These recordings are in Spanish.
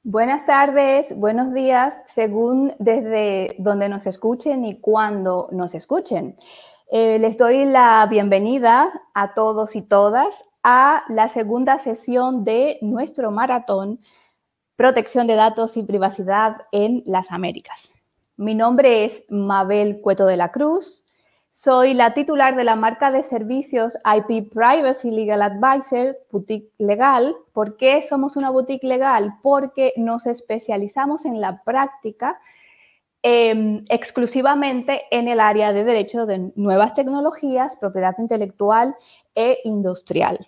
Buenas tardes, buenos días, según desde donde nos escuchen y cuándo nos escuchen. Les doy la bienvenida a todos y todas a la segunda sesión de nuestro maratón Protección de Datos y Privacidad en las Américas. Mi nombre es Mabel Cueto de la Cruz. Soy la titular de la marca de servicios IP Privacy Legal Advisor, boutique legal. ¿Por qué somos una boutique legal? Porque nos especializamos en la práctica exclusivamente en el área de derecho de nuevas tecnologías, propiedad intelectual e industrial.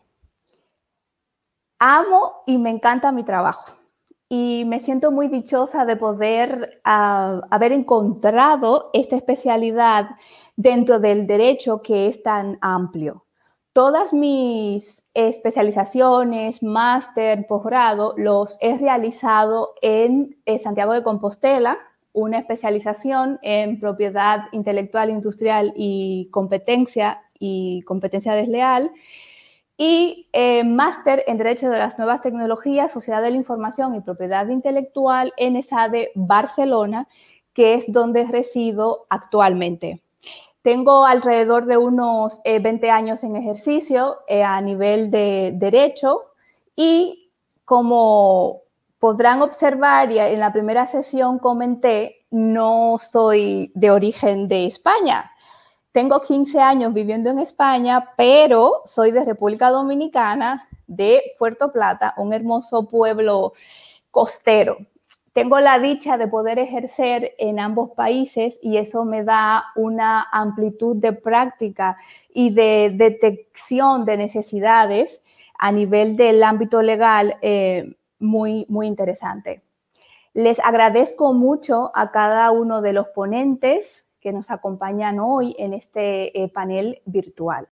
Amo y me encanta mi trabajo. Y me siento muy dichosa de poder haber encontrado esta especialidad dentro del derecho que es tan amplio. Todas mis especializaciones, máster, posgrado, los he realizado en Santiago de Compostela, una especialización en propiedad intelectual, industrial y competencia desleal, y máster en Derecho de las Nuevas Tecnologías, Sociedad de la Información y Propiedad Intelectual en ESADE Barcelona, que es donde resido actualmente. Tengo alrededor de unos 20 años en ejercicio a nivel de derecho y como podrán observar y en la primera sesión comenté, no soy de origen de España. Tengo 15 años viviendo en España, pero soy de República Dominicana, de Puerto Plata, un hermoso pueblo costero. Tengo la dicha de poder ejercer en ambos países y eso me da una amplitud de práctica y de detección de necesidades a nivel del ámbito legal muy interesante. Les agradezco mucho a cada uno de los ponentes que nos acompañan hoy en este panel virtual.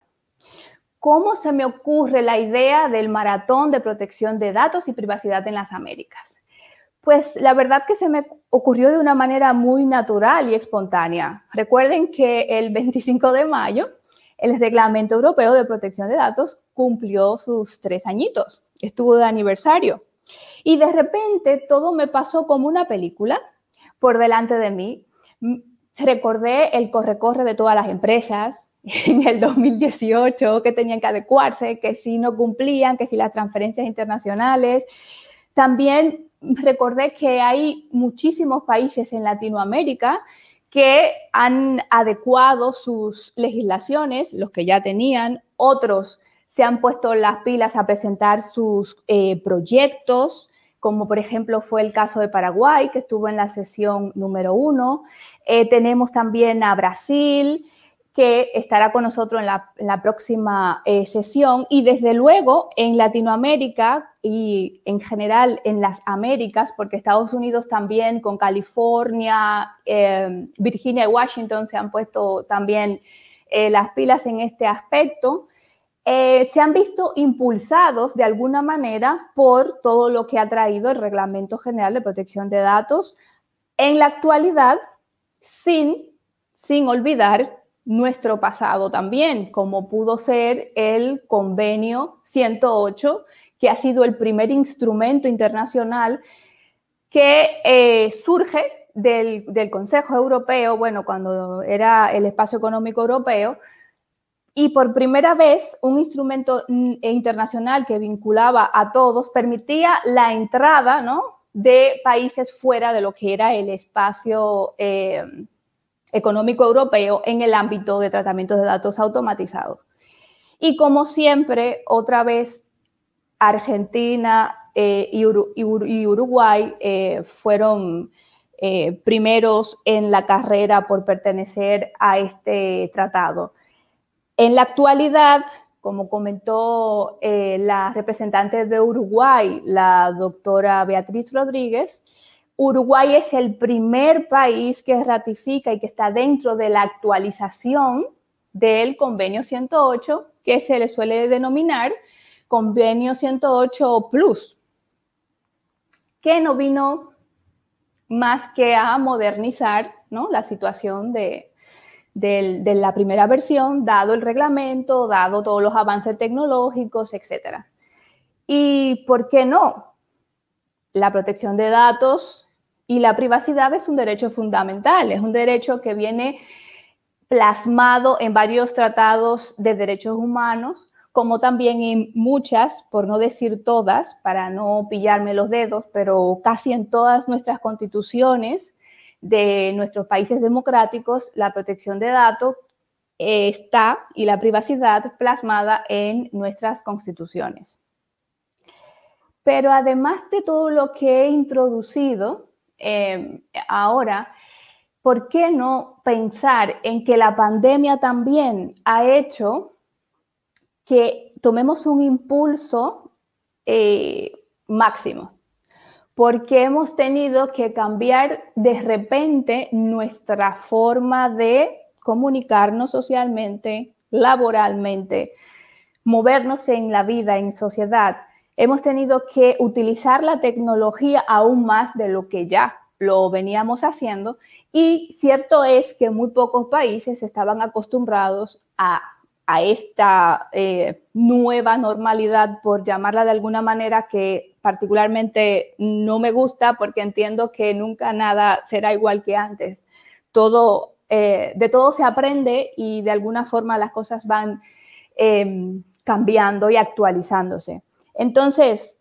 ¿Cómo se me ocurre la idea del maratón de protección de datos y privacidad en las Américas? Pues la verdad que se me ocurrió de una manera muy natural y espontánea. Recuerden que el 25 de mayo el Reglamento Europeo de Protección de Datos cumplió sus 3 añitos, estuvo de aniversario. Y de repente todo me pasó como una película por delante de mí. Recordé el corre-corre de todas las empresas en el 2018 que tenían que adecuarse, que si no cumplían, que si las transferencias internacionales. También recordé que hay muchísimos países en Latinoamérica que han adecuado sus legislaciones, los que ya tenían, otros se han puesto las pilas a presentar sus proyectos, como por ejemplo fue el caso de Paraguay, que estuvo en la sesión número 1. Tenemos también a Brasil, que estará con nosotros en la próxima sesión. Y desde luego en Latinoamérica y en general en las Américas, porque Estados Unidos también con California, Virginia y Washington se han puesto también las pilas en este aspecto. Se han visto impulsados de alguna manera por todo lo que ha traído el Reglamento General de Protección de Datos en la actualidad, sin olvidar nuestro pasado también, como pudo ser el Convenio 108, que ha sido el primer instrumento internacional que surge del Consejo Europeo, bueno, cuando era el Espacio Económico Europeo, y por primera vez un instrumento internacional que vinculaba a todos permitía la entrada, ¿no?, de países fuera de lo que era el espacio económico europeo en el ámbito de tratamiento de datos automatizados. Y como siempre, otra vez, Argentina y Uruguay fueron primeros en la carrera por pertenecer a este tratado. En la actualidad, como comentó la representante de Uruguay, la doctora Beatriz Rodríguez, Uruguay es el primer país que ratifica y que está dentro de la actualización del Convenio 108, que se le suele denominar Convenio 108 Plus, que no vino más que a modernizar, ¿no?, la situación de la primera versión, dado el reglamento, dado todos los avances tecnológicos, etc. ¿Y por qué no? la protección de datos y la privacidad es un derecho fundamental, es un derecho que viene plasmado en varios tratados de derechos humanos, como también en muchas, por no decir todas, para no pillarme los dedos, pero casi en todas nuestras constituciones de nuestros países democráticos, la protección de datos está y la privacidad plasmada en nuestras constituciones. Pero además de todo lo que he introducido, ahora, ¿por qué no pensar en que la pandemia también ha hecho que tomemos un impulso máximo? Porque hemos tenido que cambiar de repente nuestra forma de comunicarnos socialmente, laboralmente, movernos en la vida, en sociedad. Hemos tenido que utilizar la tecnología aún más de lo que ya lo veníamos haciendo, y cierto es que muy pocos países estaban acostumbrados a esta nueva normalidad, por llamarla de alguna manera, que particularmente no me gusta porque entiendo que nunca nada será igual que antes. De todo se aprende y de alguna forma las cosas van cambiando y actualizándose. Entonces,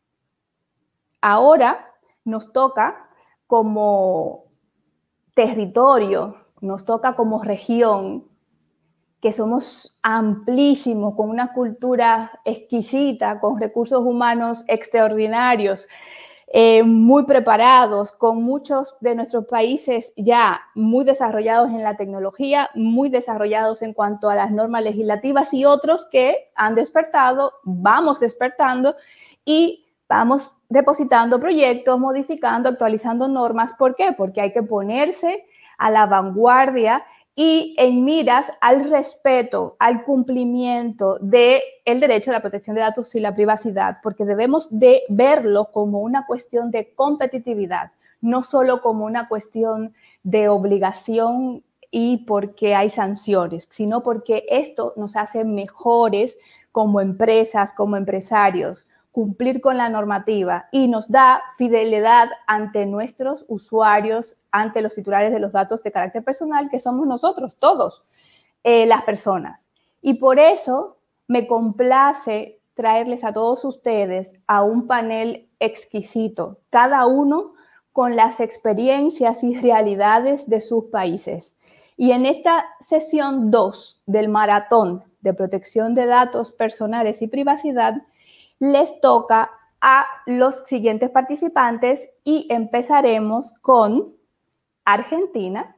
ahora nos toca como territorio, nos toca como región, que somos amplísimos, con una cultura exquisita, con recursos humanos extraordinarios, muy preparados, con muchos de nuestros países ya muy desarrollados en la tecnología, muy desarrollados en cuanto a las normas legislativas, y otros que han despertado, vamos despertando y vamos depositando proyectos, modificando, actualizando normas. ¿Por qué? Porque hay que ponerse a la vanguardia y en miras al respeto, al cumplimiento del derecho a la protección de datos y la privacidad, porque debemos de verlo como una cuestión de competitividad, no solo como una cuestión de obligación y porque hay sanciones, sino porque esto nos hace mejores como empresas, como empresarios, cumplir con la normativa, y nos da fidelidad ante nuestros usuarios, ante los titulares de los datos de carácter personal, que somos nosotros, todos, las personas. Y por eso me complace traerles a todos ustedes a un panel exquisito, cada uno con las experiencias y realidades de sus países. Y en esta sesión 2 del maratón de protección de datos personales y privacidad, les toca a los siguientes participantes y empezaremos con Argentina.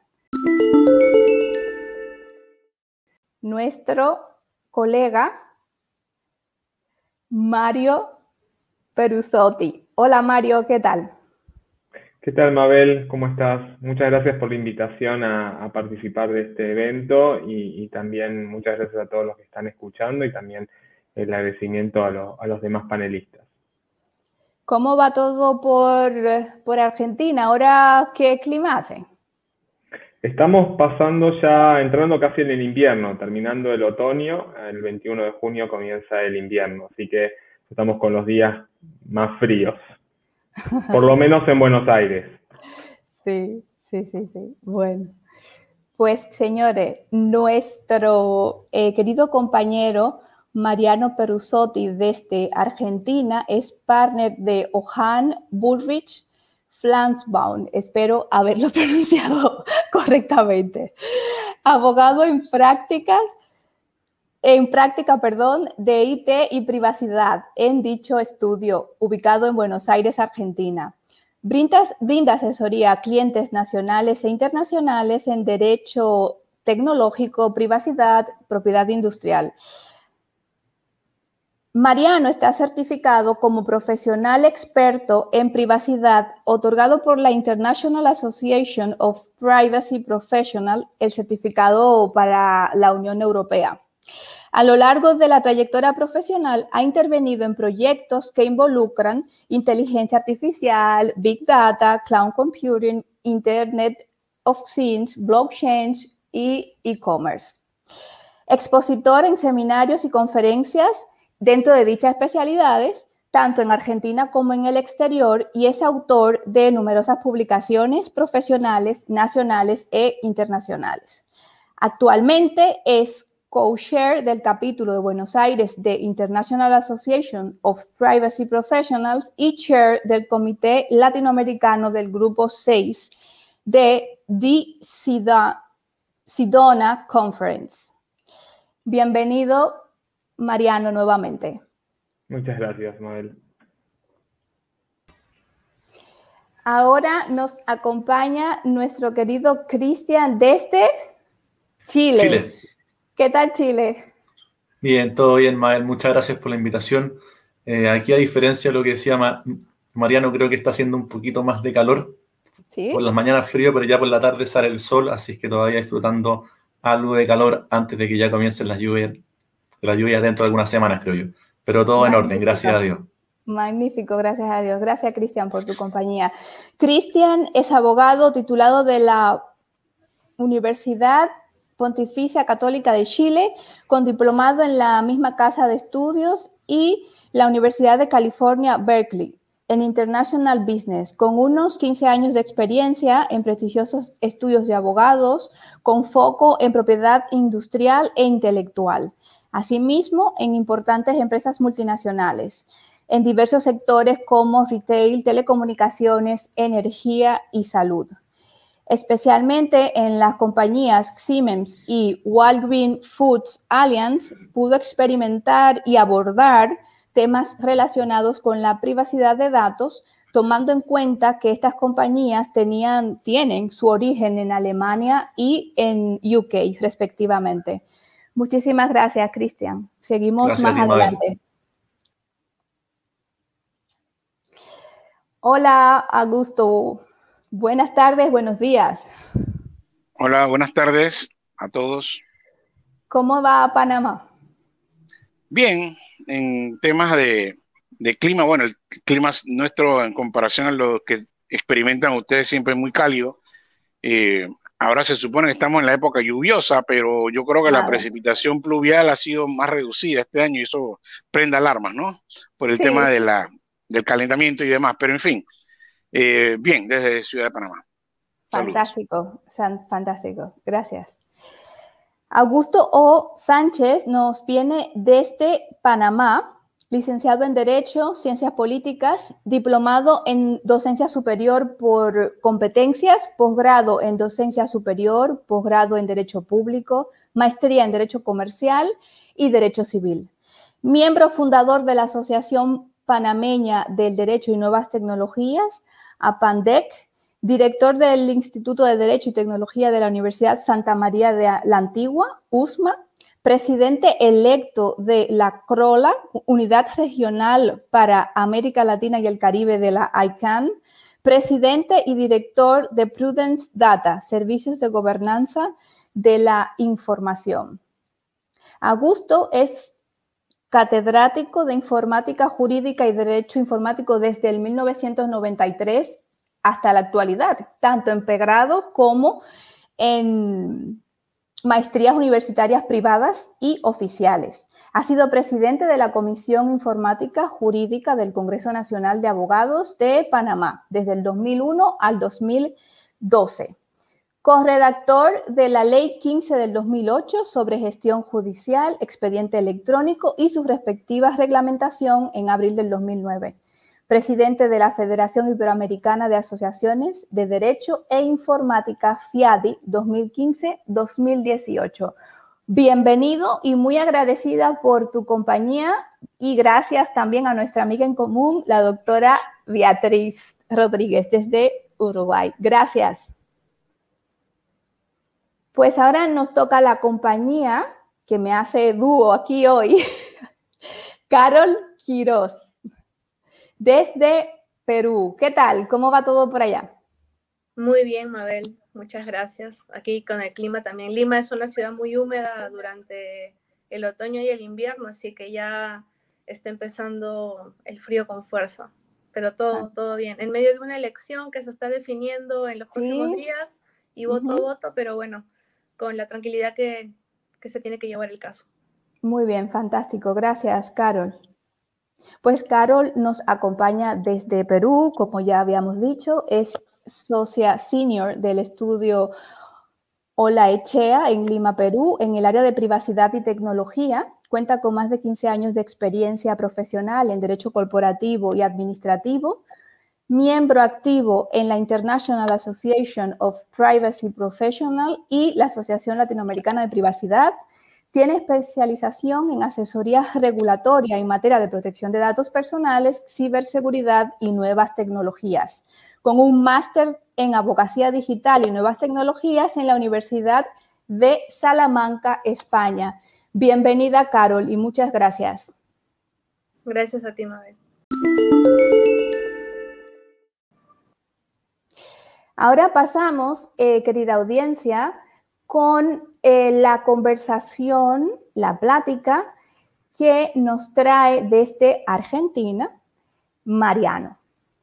Nuestro colega Mario Perusotti. Hola Mario, ¿qué tal? ¿Qué tal, Mabel? ¿Cómo estás? Muchas gracias por la invitación a participar de este evento y también muchas gracias a todos los que están escuchando y también el agradecimiento a los demás panelistas. ¿Cómo va todo por Argentina? ¿Ahora qué clima hace? Estamos pasando ya, entrando casi en el invierno, terminando el otoño. El 21 de junio comienza el invierno, así que estamos con los días más fríos, por lo menos en Buenos Aires. Sí. Bueno, pues señores, nuestro querido compañero Mariano Perusotti desde Argentina es partner de Johan Bullrich Flansbaum, espero haberlo pronunciado correctamente, abogado en práctica, de IT y privacidad en dicho estudio, ubicado en Buenos Aires, Argentina. Brinda asesoría a clientes nacionales e internacionales en derecho tecnológico, privacidad, propiedad industrial. Mariano está certificado como profesional experto en privacidad, otorgado por la International Association of Privacy Professionals, el certificado para la Unión Europea. A lo largo de la trayectoria profesional ha intervenido en proyectos que involucran inteligencia artificial, Big Data, Cloud Computing, Internet of Things, blockchain y e-commerce. Expositor en seminarios y conferencias dentro de dichas especialidades, tanto en Argentina como en el exterior, y es autor de numerosas publicaciones profesionales, nacionales e internacionales. Actualmente es co-chair del capítulo de Buenos Aires de International Association of Privacy Professionals y chair del Comité Latinoamericano del Grupo 6 de The Sedona Conference. Bienvenido, Mariano, nuevamente. Muchas gracias, Mabel. Ahora nos acompaña nuestro querido Cristian desde Chile. ¿Qué tal, Chile? Bien, todo bien, Mabel. Muchas gracias por la invitación. Aquí, a diferencia de lo que decía Mariano, creo que está haciendo un poquito más de calor. ¿Sí? Por las mañanas frío, pero ya por la tarde sale el sol, así que todavía disfrutando algo de calor antes de que ya comiencen las lluvias dentro de algunas semanas, creo yo. Pero todo en orden, gracias a Dios. Magnífico, gracias a Dios. Gracias, Cristian, por tu compañía. Cristian es abogado titulado de la Universidad Pontificia Católica de Chile, con diplomado en la misma casa de estudios, y la Universidad de California, Berkeley, en International Business, con unos 15 años de experiencia en prestigiosos estudios de abogados, con foco en propiedad industrial e intelectual. Asimismo, en importantes empresas multinacionales, en diversos sectores como retail, telecomunicaciones, energía y salud. Especialmente en las compañías Siemens y Walgreens Foods Alliance, pudo experimentar y abordar temas relacionados con la privacidad de datos, tomando en cuenta que estas compañías tienen su origen en Alemania y en UK, respectivamente. Muchísimas gracias, Cristian. Seguimos Gracias más adelante. Hola, Augusto. Buenas tardes, buenos días. Hola, buenas tardes a todos. ¿Cómo va Panamá? Bien, en temas de clima, bueno, el clima nuestro en comparación a lo que experimentan ustedes siempre es muy cálido. Ahora se supone que estamos en la época lluviosa, pero yo creo que la precipitación pluvial ha sido más reducida este año y eso prende alarmas, ¿no? Por el tema de del calentamiento y demás, pero en fin, bien, desde Ciudad de Panamá. Fantástico, fantástico, gracias. Augusto O. Sánchez nos viene desde Panamá, licenciado en Derecho, Ciencias Políticas, diplomado en Docencia Superior por competencias, posgrado en Docencia Superior, posgrado en Derecho Público, maestría en Derecho Comercial y Derecho Civil. Miembro fundador de la Asociación Panameña del Derecho y Nuevas Tecnologías, APANDEC, director del Instituto de Derecho y Tecnología de la Universidad Santa María de la Antigua, USMA, presidente electo de la CROLA, Unidad Regional para América Latina y el Caribe de la ICANN, presidente y director de Prudence Data, Servicios de Gobernanza de la Información. Augusto es catedrático de Informática Jurídica y Derecho Informático desde el 1993 hasta la actualidad, tanto en pregrado como en maestrías universitarias privadas y oficiales. Ha sido presidente de la Comisión Informática Jurídica del Congreso Nacional de Abogados de Panamá desde el 2001 al 2012. Corredactor de la Ley 15 del 2008 sobre gestión judicial, expediente electrónico y su respectiva reglamentación en abril del 2009. Presidente de la Federación Iberoamericana de Asociaciones de Derecho e Informática, FIADI, 2015-2018. Bienvenido y muy agradecida por tu compañía, y gracias también a nuestra amiga en común, la doctora Beatriz Rodríguez, desde Uruguay. Gracias. Pues ahora nos toca la compañía que me hace dúo aquí hoy, Carol Quiroz, desde Perú. ¿Qué tal? ¿Cómo va todo por allá? Muy bien, Mabel. Muchas gracias. Aquí con el clima también. Lima es una ciudad muy húmeda durante el otoño y el invierno, así que ya está empezando el frío con fuerza. Pero todo bien. En medio de una elección que se está definiendo en los próximos días, y voto a voto, pero bueno, con la tranquilidad que se tiene que llevar el caso. Muy bien, fantástico. Gracias, Carol. Pues Carol nos acompaña desde Perú, como ya habíamos dicho, es socia senior del estudio Olaechea en Lima, Perú, en el área de privacidad y tecnología. Cuenta con más de 15 años de experiencia profesional en derecho corporativo y administrativo, miembro activo en la International Association of Privacy Professionals y la Asociación Latinoamericana de Privacidad. Tiene especialización en asesoría regulatoria en materia de protección de datos personales, ciberseguridad y nuevas tecnologías, con un máster en abogacía digital y nuevas tecnologías en la Universidad de Salamanca, España. Bienvenida, Carol, y muchas gracias. Gracias a ti, Mabel. Ahora pasamos, querida audiencia, con la conversación, la plática que nos trae desde Argentina, Mariano.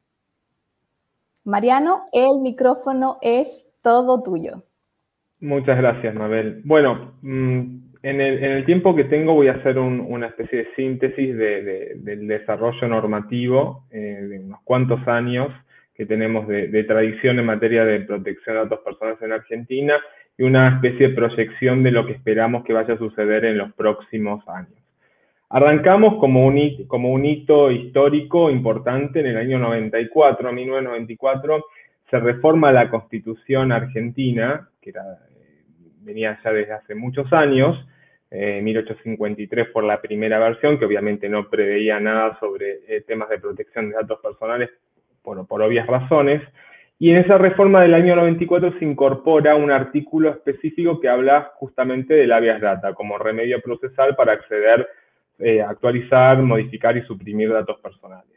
Mariano, el micrófono es todo tuyo. Muchas gracias, Mabel. Bueno, en el tiempo que tengo voy a hacer una especie de síntesis del desarrollo normativo de unos cuantos años que tenemos de tradición en materia de protección de datos personales en Argentina y una especie de proyección de lo que esperamos que vaya a suceder en los próximos años. Arrancamos como un hito histórico importante en el año 94, 1994, se reforma la Constitución argentina, que venía ya desde hace muchos años, 1853 por la primera versión, que obviamente no preveía nada sobre temas de protección de datos personales, por obvias razones, y en esa reforma del año 94 se incorpora un artículo específico que habla justamente del habeas data, como remedio procesal para acceder, actualizar, modificar y suprimir datos personales.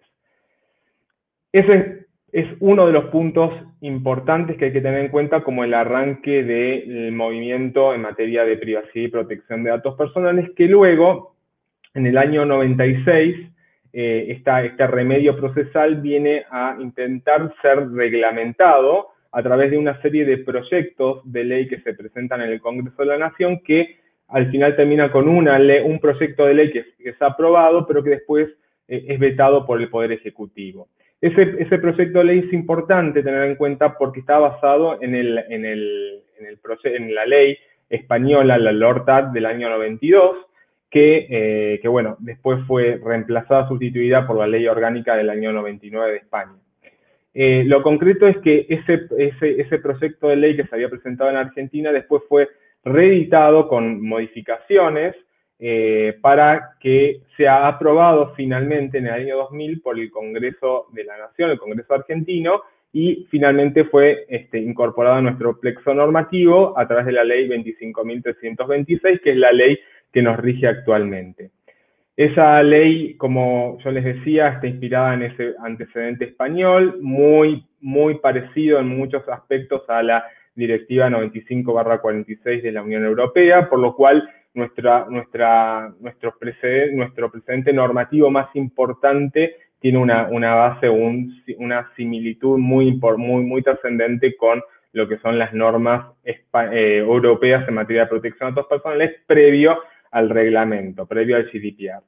Ese es uno de los puntos importantes que hay que tener en cuenta como el arranque del movimiento en materia de privacidad y protección de datos personales, que luego, en el año 96, este remedio procesal viene a intentar ser reglamentado a través de una serie de proyectos de ley que se presentan en el Congreso de la Nación, que al final termina con un proyecto de ley que es aprobado, pero que después es vetado por el Poder Ejecutivo. Ese proyecto de ley es importante tener en cuenta porque está basado en la ley española, la LORTAT del año 92, que bueno, después fue reemplazada, sustituida por la ley orgánica del año 99 de España. Lo concreto es que ese proyecto de ley que se había presentado en Argentina después fue reeditado con modificaciones para que sea aprobado finalmente en el año 2000 por el Congreso de la Nación, el Congreso argentino, y finalmente fue incorporado a nuestro plexo normativo a través de la ley 25.326, que es la ley que nos rige actualmente. Esa ley, como yo les decía, está inspirada en ese antecedente español, muy parecido en muchos aspectos a la Directiva 95/46 de la Unión Europea, por lo cual nuestro precedente normativo más importante tiene una base, una similitud muy trascendente con lo que son las normas europeas en materia de protección de datos personales previo al reglamento, previo al GDPR.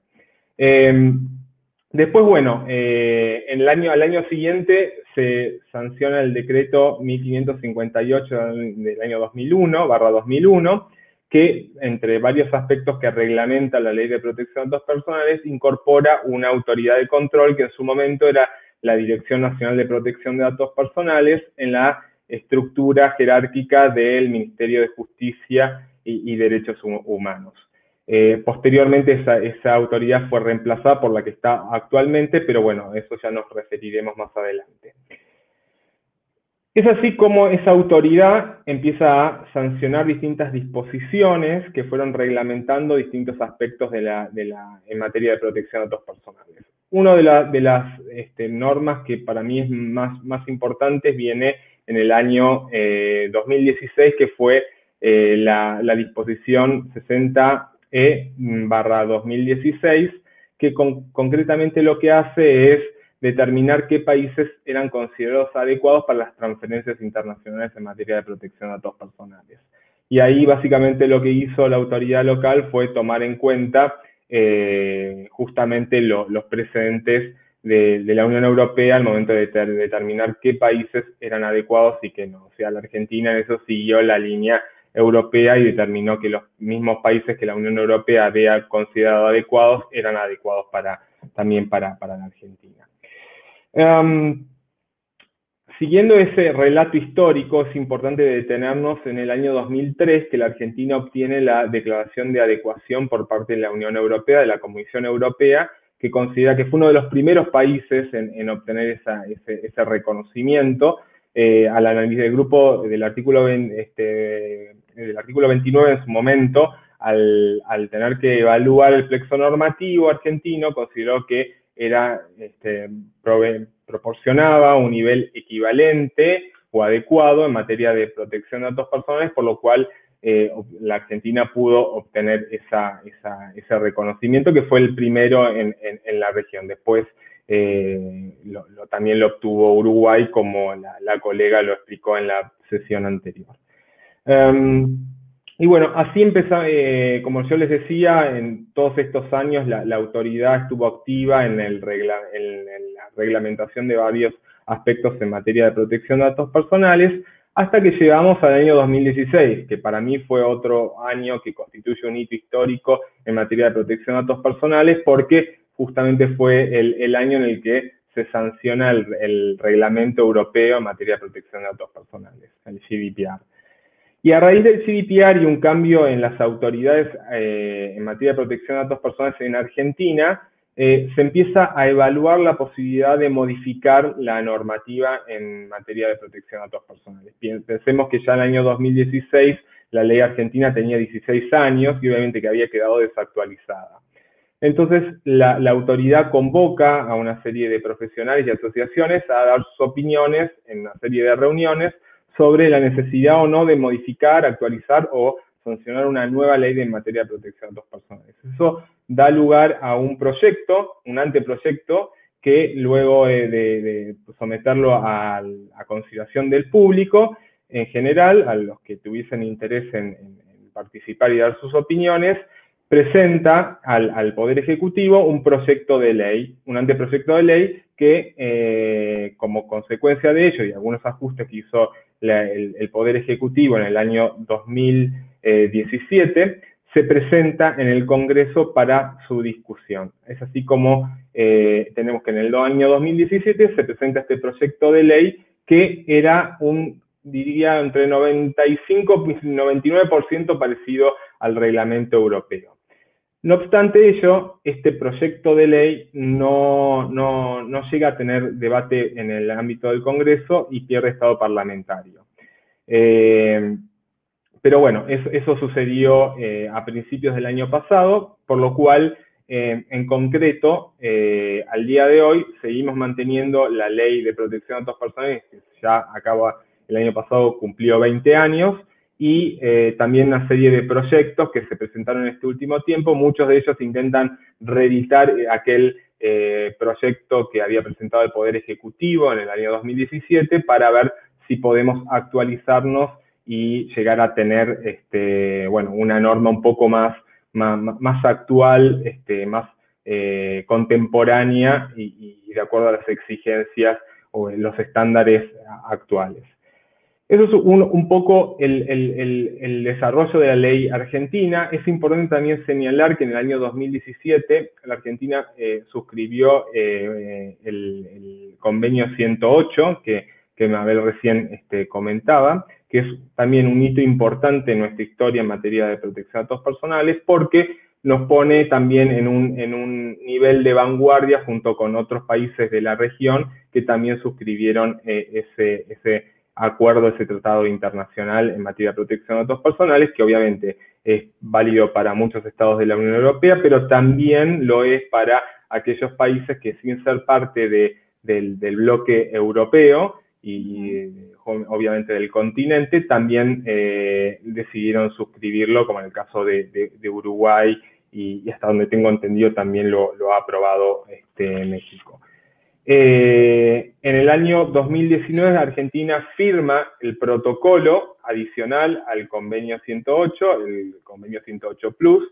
Después, bueno, al año siguiente se sanciona el decreto 1558 del año 2001, que entre varios aspectos que reglamenta la Ley de Protección de Datos Personales, incorpora una autoridad de control que en su momento era la Dirección Nacional de Protección de Datos Personales en la estructura jerárquica del Ministerio de Justicia y Derechos Humanos. Posteriormente esa autoridad fue reemplazada por la que está actualmente, pero bueno, eso ya nos referiremos más adelante. Es así como esa autoridad empieza a sancionar distintas disposiciones que fueron reglamentando distintos aspectos en materia de protección de datos personales. Una de las normas que para mí es más importante viene en el año 2016, que fue la disposición 60E/2016, que concretamente lo que hace es determinar qué países eran considerados adecuados para las transferencias internacionales en materia de protección de datos personales. Y ahí básicamente lo que hizo la autoridad local fue tomar en cuenta justamente los precedentes de la Unión Europea al momento de determinar qué países eran adecuados y qué no. O sea, la Argentina en eso siguió la línea europea y determinó que los mismos países que la Unión Europea había considerado adecuados eran adecuados también para la Argentina. Siguiendo ese relato histórico, es importante detenernos en el año 2003, que la Argentina obtiene la declaración de adecuación por parte de la Unión Europea, de la Comisión Europea, que considera que fue uno de los primeros países en obtener ese reconocimiento. Al análisis del grupo del artículo 29 en su momento, al tener que evaluar el plexo normativo argentino, consideró que proporcionaba un nivel equivalente o adecuado en materia de protección de datos personales, por lo cual la Argentina pudo obtener ese reconocimiento, que fue el primero en la región. Después también lo obtuvo Uruguay, como la colega lo explicó en la sesión anterior. Y bueno, así empezó, como yo les decía, en todos estos años la autoridad estuvo activa en la reglamentación de varios aspectos en materia de protección de datos personales, hasta que llegamos al año 2016, que para mí fue otro año que constituye un hito histórico en materia de protección de datos personales, porque justamente fue el año en el que se sanciona el reglamento europeo en materia de protección de datos personales, el GDPR. Y a raíz del GDPR y un cambio en las autoridades en materia de protección de datos personales en Argentina, se empieza a evaluar la posibilidad de modificar la normativa en materia de protección de datos personales. Pensemos que ya en el año 2016 la ley argentina tenía 16 años y obviamente que había quedado desactualizada. Entonces la autoridad convoca a una serie de profesionales y asociaciones a dar sus opiniones en una serie de reuniones sobre la necesidad o no de modificar, actualizar o sancionar una nueva ley en materia de protección de datos personales. Eso da lugar a un proyecto, un anteproyecto, que luego de someterlo a consideración del público, en general, a los que tuviesen interés en participar y dar sus opiniones, presenta al Poder Ejecutivo un proyecto de ley, un anteproyecto de ley que, como consecuencia de ello y algunos ajustes que hizo el Poder Ejecutivo en el año 2017, se presenta en el Congreso para su discusión. Es así como tenemos que en el año 2017 se presenta este proyecto de ley que era diría, entre 95 y 99% parecido al reglamento europeo. No obstante ello, este proyecto de ley no llega a tener debate en el ámbito del Congreso y pierde estado parlamentario. Pero bueno, eso sucedió a principios del año pasado, por lo cual, en concreto, al día de hoy, seguimos manteniendo la ley de protección de datos personales, que ya acaba el año pasado, cumplió 20 años, y también una serie de proyectos que se presentaron en este último tiempo. Muchos de ellos intentan reeditar aquel proyecto que había presentado el Poder Ejecutivo en el año 2017 para ver si podemos actualizarnos y llegar a tener bueno, una norma un poco más actual, más contemporánea y de acuerdo a las exigencias o los estándares actuales. Eso es un poco el desarrollo de la ley argentina. Es importante también señalar que en el año 2017 la Argentina suscribió el convenio 108, que Mabel recién comentaba, que es también un hito importante en nuestra historia en materia de protección de datos personales, porque nos pone también en un nivel de vanguardia junto con otros países de la región que también suscribieron ese acuerdo, ese tratado internacional en materia de protección de datos personales, que obviamente es válido para muchos estados de la Unión Europea, pero también lo es para aquellos países que, sin ser parte del bloque europeo y obviamente del continente, también decidieron suscribirlo, como en el caso de Uruguay, y hasta donde tengo entendido también lo ha aprobado México. En el año 2019 Argentina firma el protocolo adicional al convenio 108, el convenio 108 Plus,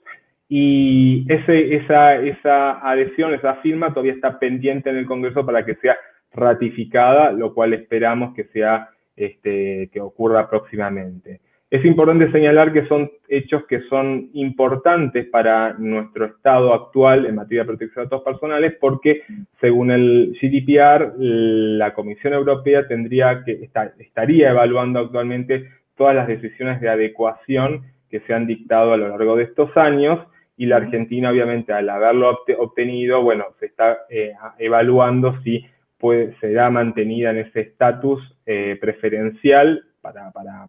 y esa adhesión, esa firma todavía está pendiente en el Congreso para que sea ratificada, lo cual esperamos que sea que ocurra próximamente. Es importante señalar que son hechos que son importantes para nuestro estado actual en materia de protección de datos personales porque, según el GDPR, la Comisión Europea estaría evaluando actualmente todas las decisiones de adecuación que se han dictado a lo largo de estos años, y la Argentina, obviamente, al haberlo obtenido, bueno, se está evaluando si será mantenida en ese estatus preferencial para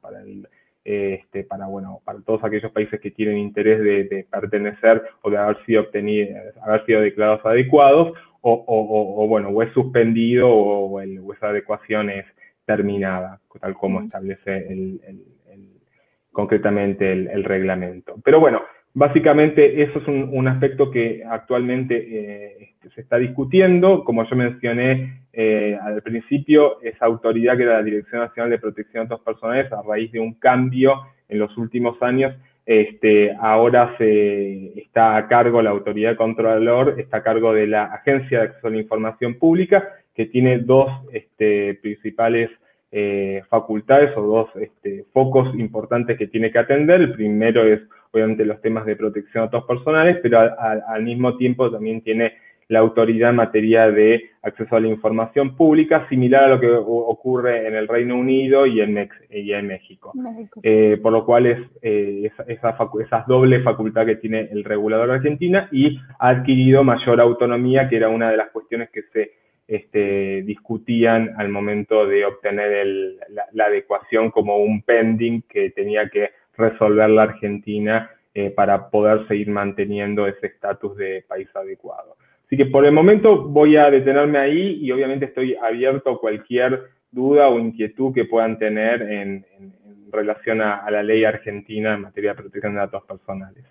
todos aquellos países que tienen interés de pertenecer o de haber sido declarados adecuados, o es suspendido o esa adecuación es terminada, tal como establece concretamente el reglamento. Pero bueno, básicamente eso es un aspecto que actualmente se está discutiendo. Como yo mencioné al principio, esa autoridad que era la Dirección Nacional de Protección de Datos Personales, a raíz de un cambio en los últimos años, ahora está a cargo, la autoridad de Contralor está a cargo de la Agencia de Acceso a la Información Pública, que tiene dos principales facultades o dos focos importantes que tiene que atender. El primero es, obviamente, los temas de protección de datos personales, pero al mismo tiempo también tiene la autoridad en materia de acceso a la información pública, similar a lo que ocurre en el Reino Unido y en México. Por lo cual esa doble facultad que tiene el regulador de Argentina, y ha adquirido mayor autonomía, que era una de las cuestiones que se discutían al momento de obtener la adecuación como un pending que tenía que resolver la Argentina para poder seguir manteniendo ese estatus de país adecuado. Así que por el momento voy a detenerme ahí, y obviamente estoy abierto a cualquier duda o inquietud que puedan tener en relación a la ley argentina en materia de protección de datos personales.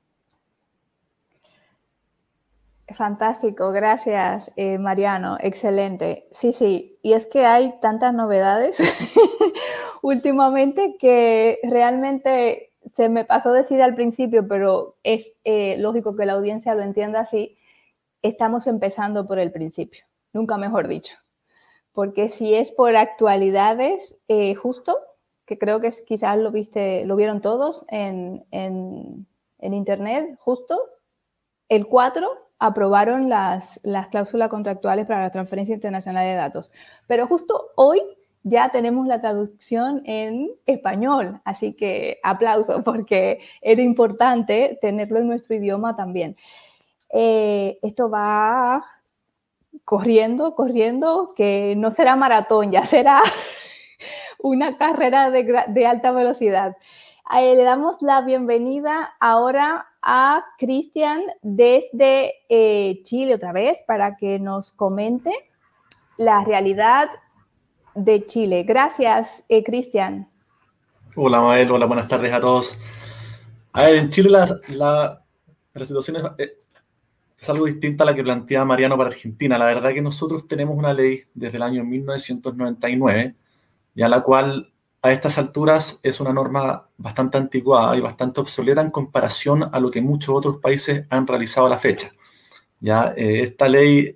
Fantástico, gracias, Mariano, excelente. Sí, y es que hay tantas novedades últimamente que realmente se me pasó decir al principio, pero es lógico que la audiencia lo entienda así. Estamos empezando por el principio, nunca mejor dicho, porque si es por actualidades, justo, que creo que quizás lo vieron todos en internet, justo el 4 aprobaron las cláusulas contractuales para la transferencia internacional de datos, pero justo hoy ya tenemos la traducción en español, así que aplauso, porque era importante tenerlo en nuestro idioma también. Esto va corriendo, que no será maratón, ya será una carrera de alta velocidad. Le damos la bienvenida ahora a Cristian desde Chile otra vez, para que nos comente la realidad de Chile. Gracias, Cristian. Hola, Mabel. Hola, buenas tardes a todos. A ver, en Chile la situación es algo distinta a la que plantea Mariano para Argentina. La verdad que nosotros tenemos una ley desde el año 1999, ya la cual a estas alturas es una norma bastante anticuada y bastante obsoleta en comparación a lo que muchos otros países han realizado a la fecha. Ya, esta ley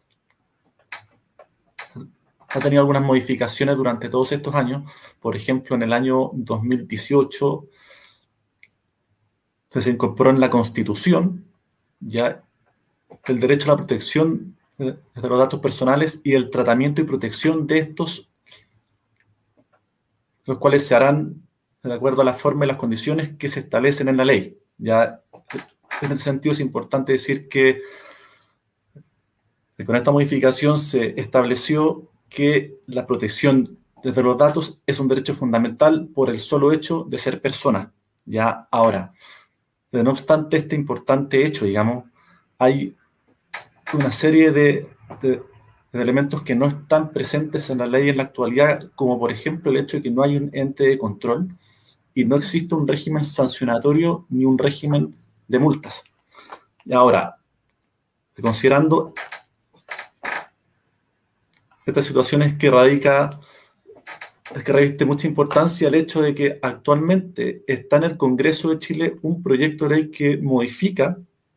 ha tenido algunas modificaciones durante todos estos años. Por ejemplo, en el año 2018 se incorporó en la Constitución ya el derecho a la protección de los datos personales y el tratamiento y protección de estos, los cuales se harán de acuerdo a la forma y las condiciones que se establecen en la ley. Ya, en este sentido es importante decir que con esta modificación se estableció que la protección de los datos es un derecho fundamental por el solo hecho de ser persona. Ya, ahora, no obstante este importante hecho, digamos, hay una serie de elementos que no están presentes en la ley en la actualidad, como por ejemplo el hecho de que no hay un ente de control y no existe un régimen sancionatorio ni un régimen de multas. Y ahora, considerando estas situaciones que radica es que reviste mucha importancia el hecho de que actualmente está en el Congreso de Chile un proyecto de ley que modifica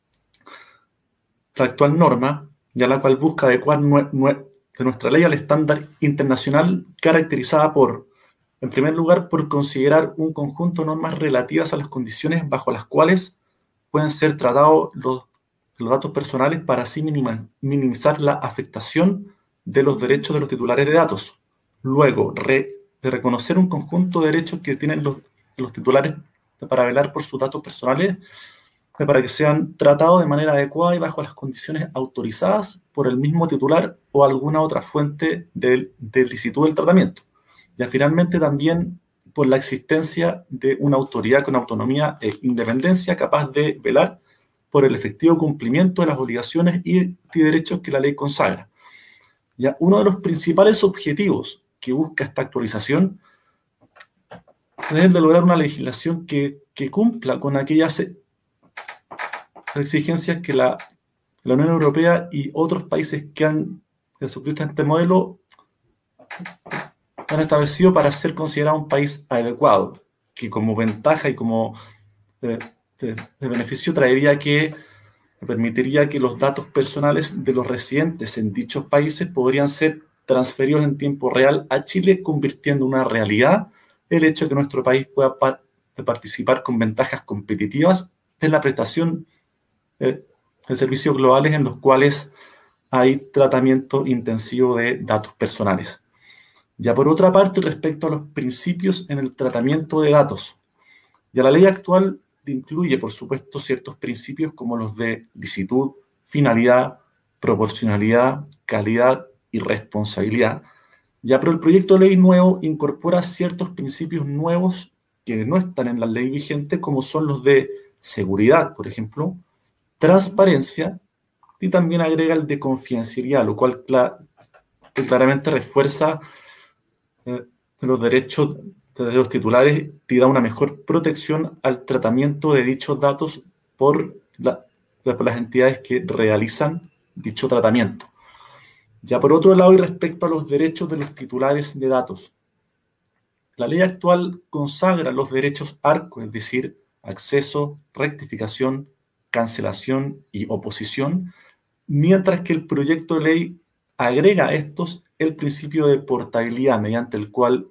la actual norma, ya la cual busca adecuar de nuestra ley al estándar internacional, caracterizada por, en primer lugar, por considerar un conjunto de normas relativas a las condiciones bajo las cuales pueden ser tratados los datos personales para así minimizar la afectación de los derechos de los titulares de datos. Luego, de reconocer un conjunto de derechos que tienen los titulares para velar por sus datos personales, para que sean tratados de manera adecuada y bajo las condiciones autorizadas por el mismo titular o alguna otra fuente de licitud del tratamiento. Y finalmente también por la existencia de una autoridad con autonomía e independencia capaz de velar por el efectivo cumplimiento de las obligaciones y derechos que la ley consagra. Ya, uno de los principales objetivos que busca esta actualización es el de lograr una legislación que cumpla con aquellas exigencias que la Unión Europea y otros países que han suscrito este modelo han establecido para ser considerado un país adecuado, que como ventaja y como de beneficio permitiría que los datos personales de los residentes en dichos países podrían ser transferidos en tiempo real a Chile, convirtiendo en una realidad el hecho de que nuestro país pueda participar con ventajas competitivas en la prestación de servicios globales en los cuales hay tratamiento intensivo de datos personales. Ya por otra parte, respecto a los principios en el tratamiento de datos, ya la ley actual incluye, por supuesto, ciertos principios como los de licitud, finalidad, proporcionalidad, calidad y responsabilidad. Ya, pero el proyecto de ley nuevo incorpora ciertos principios nuevos que no están en la ley vigente, como son los de seguridad, por ejemplo, transparencia, y también agrega el de confidencialidad, lo cual claramente refuerza los derechos de los titulares y da una mejor protección al tratamiento de dichos datos por las entidades que realizan dicho tratamiento. Ya por otro lado, y respecto a los derechos de los titulares de datos, la ley actual consagra los derechos ARCO, es decir, acceso, rectificación, cancelación y oposición, mientras que el proyecto de ley agrega a estos el principio de portabilidad, mediante el cual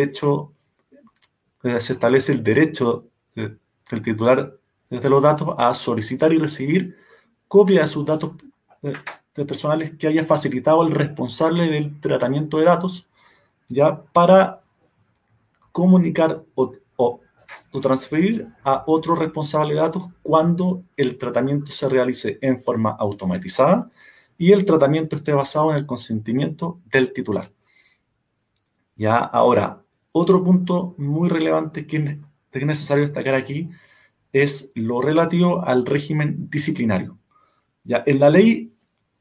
se establece el derecho del titular de los datos a solicitar y recibir copia de sus datos personales que haya facilitado el responsable del tratamiento de datos, ya para comunicar o transferir a otro responsable de datos cuando el tratamiento se realice en forma automatizada y el tratamiento esté basado en el consentimiento del titular. Ya ahora, otro punto muy relevante que es necesario destacar aquí es lo relativo al régimen disciplinario. Ya, en la ley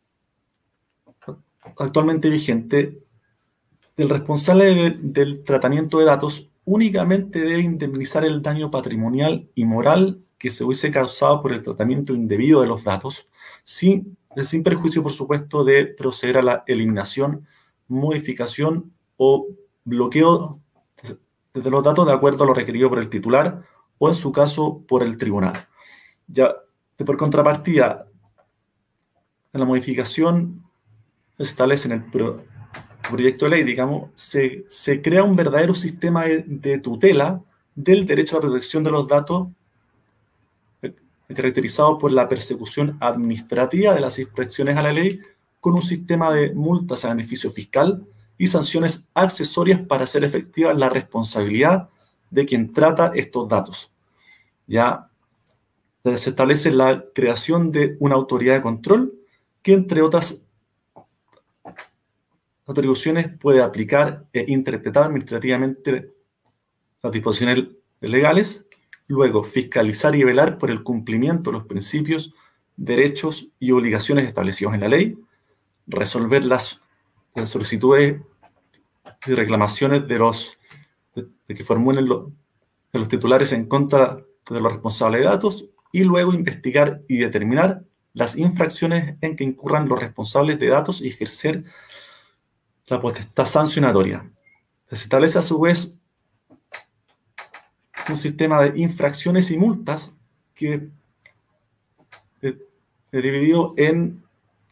actualmente vigente, el responsable del tratamiento de datos únicamente debe indemnizar el daño patrimonial y moral que se hubiese causado por el tratamiento indebido de los datos, sin perjuicio, por supuesto, de proceder a la eliminación, modificación o bloqueo de los datos de acuerdo a lo requerido por el titular o, en su caso, por el tribunal. Ya, por contrapartida, en la modificación se establece en el proyecto de ley, digamos, se crea un verdadero sistema de tutela del derecho a la protección de los datos, caracterizado por la persecución administrativa de las infracciones a la ley, con un sistema de multas a beneficio fiscal y sanciones accesorias para hacer efectiva la responsabilidad de quien trata estos datos. Ya se establece la creación de una autoridad de control que, entre otras atribuciones, puede aplicar e interpretar administrativamente las disposiciones legales, luego fiscalizar y velar por el cumplimiento de los principios, derechos y obligaciones establecidos en la ley, resolver las solicitudes y reclamaciones de que formulen los titulares en contra de los responsables de datos, y luego investigar y determinar las infracciones en que incurran los responsables de datos y ejercer la potestad sancionatoria. Se establece a su vez un sistema de infracciones y multas que es dividido en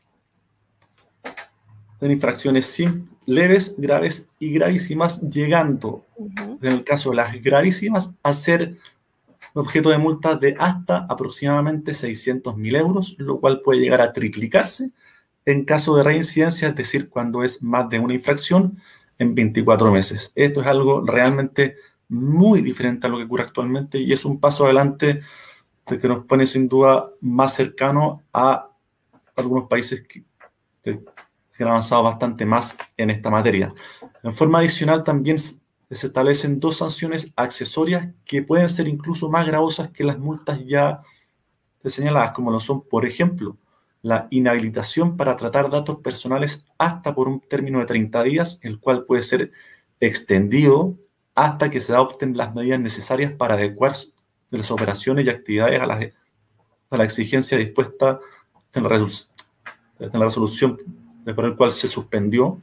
infracciones leves, graves y gravísimas, llegando, en el caso de las gravísimas, a ser objeto de multas de hasta aproximadamente 600.000 euros, lo cual puede llegar a triplicarse en caso de reincidencia, es decir, cuando es más de una infracción en 24 meses. Esto es algo realmente muy diferente a lo que ocurre actualmente y es un paso adelante que nos pone sin duda más cercano a algunos países que han avanzado bastante más en esta materia. En forma adicional también se establecen 2 sanciones accesorias que pueden ser incluso más gravosas que las multas ya señaladas, como lo son, por ejemplo, la inhabilitación para tratar datos personales hasta por un término de 30 días, el cual puede ser extendido hasta que se adopten las medidas necesarias para adecuar las operaciones y actividades a la exigencia dispuesta en la resolución por el cual se suspendió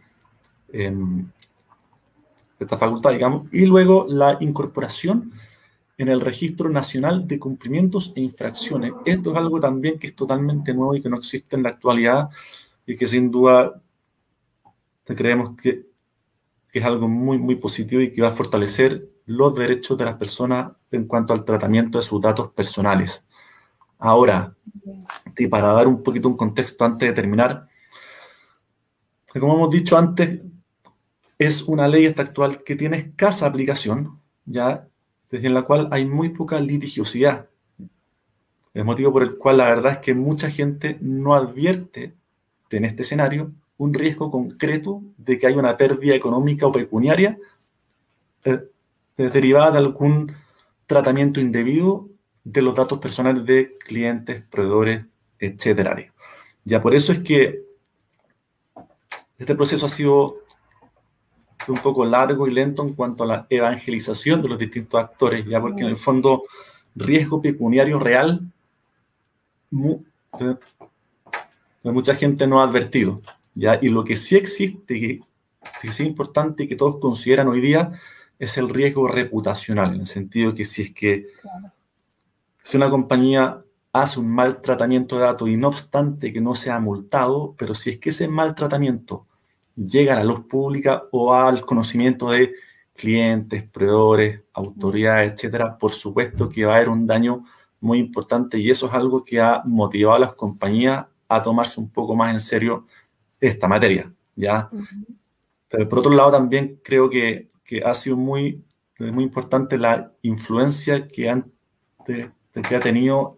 esta facultad, digamos, y luego la incorporación en el Registro Nacional de Cumplimientos e Infracciones. Esto es algo también que es totalmente nuevo y que no existe en la actualidad y que sin duda creemos que es algo muy, muy positivo y que va a fortalecer los derechos de las personas en cuanto al tratamiento de sus datos personales. Ahora, y para dar un poquito un contexto antes de terminar, como hemos dicho antes, es una ley esta actual que tiene escasa aplicación, ya desde la cual hay muy poca litigiosidad. El motivo por el cual la verdad es que mucha gente no advierte en este escenario un riesgo concreto de que haya una pérdida económica o pecuniaria derivada de algún tratamiento indebido de los datos personales de clientes, proveedores, etcétera. Ya por eso es que este proceso ha sido un poco largo y lento en cuanto a la evangelización de los distintos actores, ya porque en el fondo riesgo pecuniario real mucha gente no ha advertido, ¿ya? Y lo que sí existe, que sí es importante y que todos consideran hoy día, es el riesgo reputacional, en el sentido de que si una compañía hace un mal tratamiento de datos y no obstante que no sea multado, pero si es que ese mal tratamiento llega a la luz pública o al conocimiento de clientes, proveedores, autoridades, etcétera, por supuesto que va a haber un daño muy importante y eso es algo que ha motivado a las compañías a tomarse un poco más en serio esta materia, ¿ya? Pero por otro lado también creo que ha sido muy importante la influencia que ha tenido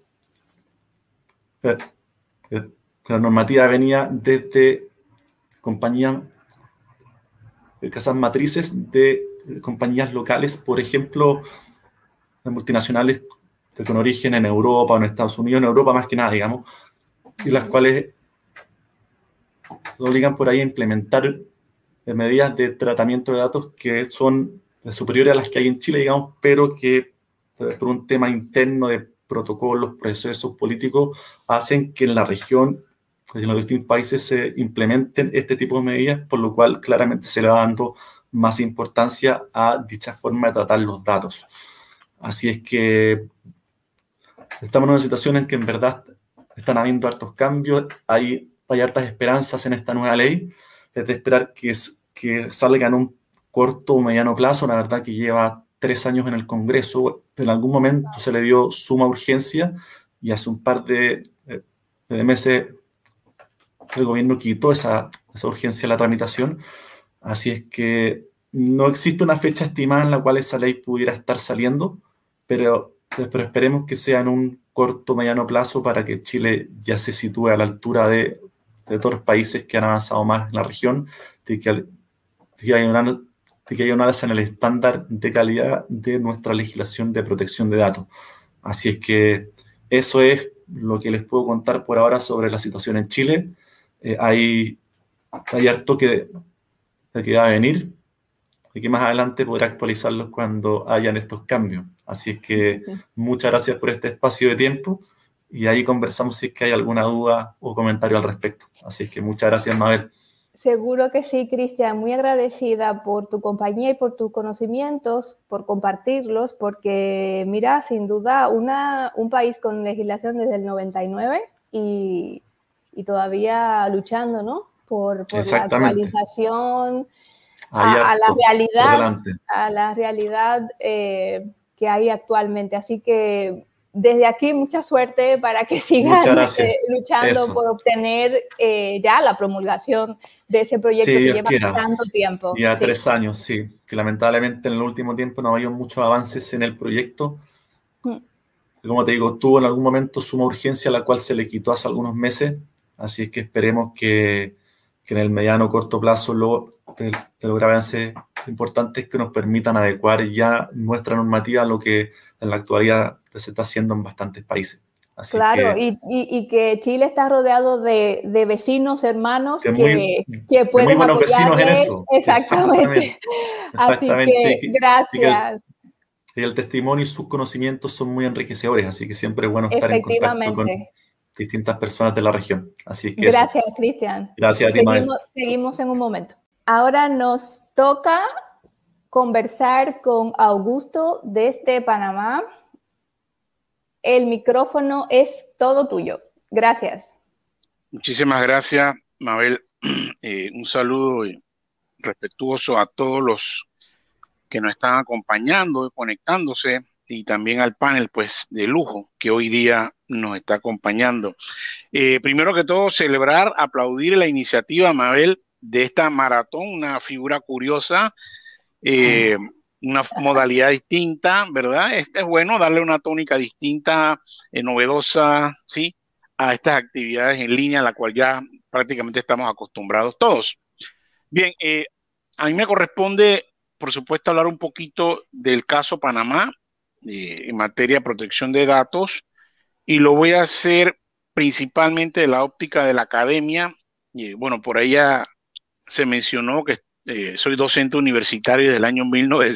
la normativa venía desde compañías, casas matrices de compañías locales, por ejemplo, de multinacionales con origen en Europa o en Estados Unidos, en Europa más que nada, digamos, y las cuales obligan por ahí a implementar medidas de tratamiento de datos que son superiores a las que hay en Chile, digamos, pero que por un tema interno de protocolos, procesos políticos, hacen que en la región, en los distintos países, se implementen este tipo de medidas, por lo cual claramente se le va dando más importancia a dicha forma de tratar los datos. Así es que estamos en una situación en que en verdad están habiendo hartos cambios, hay hartas esperanzas en esta nueva ley, es de esperar que salga en un corto o mediano plazo, la verdad que lleva 3 años en el Congreso, en algún momento se le dio suma urgencia y hace un par de meses el gobierno quitó esa urgencia a la tramitación, así es que no existe una fecha estimada en la cual esa ley pudiera estar saliendo, pero esperemos que sea en un corto o mediano plazo para que Chile ya se sitúe a la altura de todos los países que han avanzado más en la región, de que haya un alza en el estándar de calidad de nuestra legislación de protección de datos. Así es que eso es lo que les puedo contar por ahora sobre la situación en Chile. Hay harto que va a venir y que más adelante podrá actualizarlos cuando hayan estos cambios. Así es que muchas gracias por este espacio de tiempo y ahí conversamos si es que hay alguna duda o comentario al respecto. Así es que muchas gracias, Mabel. Seguro que sí, Cristian. Muy agradecida por tu compañía y por tus conocimientos, por compartirlos, porque mira, sin duda, un país con legislación desde el 99 y todavía luchando, ¿no? Por la Exactamente. actualización Hay a la harto por realidad, delante. a la realidad que hay actualmente. Así que desde aquí mucha suerte para que sigan Muchas gracias. luchando Eso. por obtener ya la promulgación de ese proyecto Sí, que Dios lleva quiera. tanto tiempo. Ya Sí. 3 años, sí. Sí, lamentablemente en el último tiempo no ha habido muchos avances en el proyecto. Como te digo, tuvo en algún momento suma urgencia, la cual se le quitó hace algunos meses. Así es que esperemos que en el mediano o corto plazo de lograr avances importantes que nos permitan adecuar ya nuestra normativa a lo que en la actualidad se está haciendo en bastantes países. Así Claro, que, y que Chile está rodeado de vecinos, hermanos que que de muy pueden buenos vecinos en apoyarles. eso. Exactamente. Así Exactamente. que gracias. Y el testimonio y sus conocimientos son muy enriquecedores, así que siempre es bueno estar en contacto con Efectivamente. distintas personas de la región. Así es que eso. Gracias, Cristian. Gracias a ti, Mael. Seguimos en un momento. Ahora nos toca conversar con Augusto desde Panamá. El micrófono es todo tuyo. Gracias. Muchísimas gracias, Mabel. Un saludo respetuoso a todos los que nos están acompañando, conectándose, y también al panel, pues, de lujo que hoy día nos está acompañando. Primero que todo, celebrar, aplaudir la iniciativa, Mabel, de esta maratón, una figura curiosa, una modalidad distinta, ¿verdad? Es bueno darle una tónica distinta, novedosa, ¿sí? A estas actividades en línea, a la cual ya prácticamente estamos acostumbrados todos. Bien, a mí me corresponde, por supuesto, hablar un poquito del caso Panamá en materia de protección de datos, y lo voy a hacer principalmente de la óptica de la academia. Bueno, por ahí ya se mencionó que soy docente universitario desde el año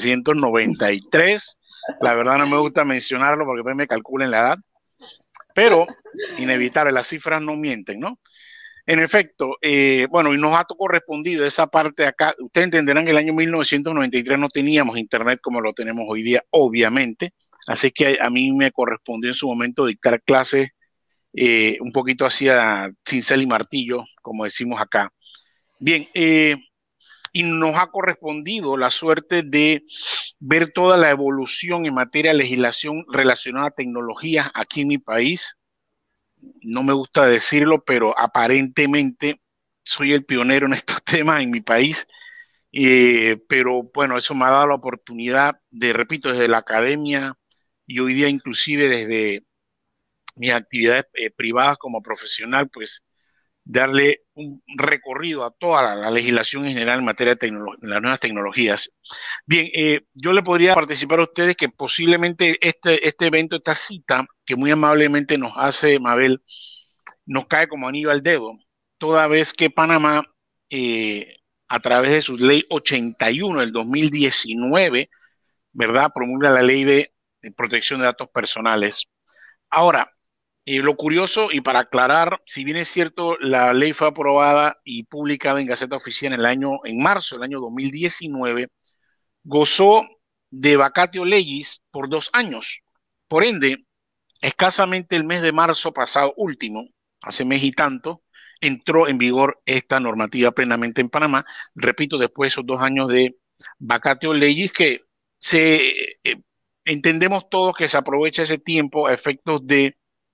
1993. La verdad no me gusta mencionarlo porque después me calculen la edad, pero inevitable, las cifras no mienten, ¿no? En efecto, bueno, y nos ha correspondido esa parte de acá. Ustedes entenderán que en el año 1993 no teníamos internet como lo tenemos hoy día, obviamente. Así que a mí me correspondió en su momento dictar clases un poquito hacia cincel y martillo, como decimos acá. Bien, y nos ha correspondido la suerte de ver toda la evolución en materia de legislación relacionada a tecnologías aquí en mi país. No me gusta decirlo, pero aparentemente soy el pionero en estos temas en mi país. Pero bueno, eso me ha dado la oportunidad de, repito, desde la academia y hoy día inclusive desde mis actividades privadas como profesional, pues darle un recorrido a toda la legislación en general en materia de las nuevas tecnologías. Bien, yo le podría participar a ustedes que posiblemente este evento, esta cita que muy amablemente nos hace Mabel, nos cae como anillo al dedo, toda vez que Panamá, a través de su ley 81 del 2019, ¿verdad?, promulga la ley de protección de datos personales. Ahora, lo curioso, y para aclarar, si bien es cierto, la ley fue aprobada y publicada en Gaceta Oficial en marzo del año 2019, gozó de vacatio legis por 2 años. Por ende, escasamente el mes de marzo pasado último, hace mes y tanto, entró en vigor esta normativa plenamente en Panamá. Repito, después de esos 2 años de vacatio legis que entendemos todos que se aprovecha ese tiempo a efectos de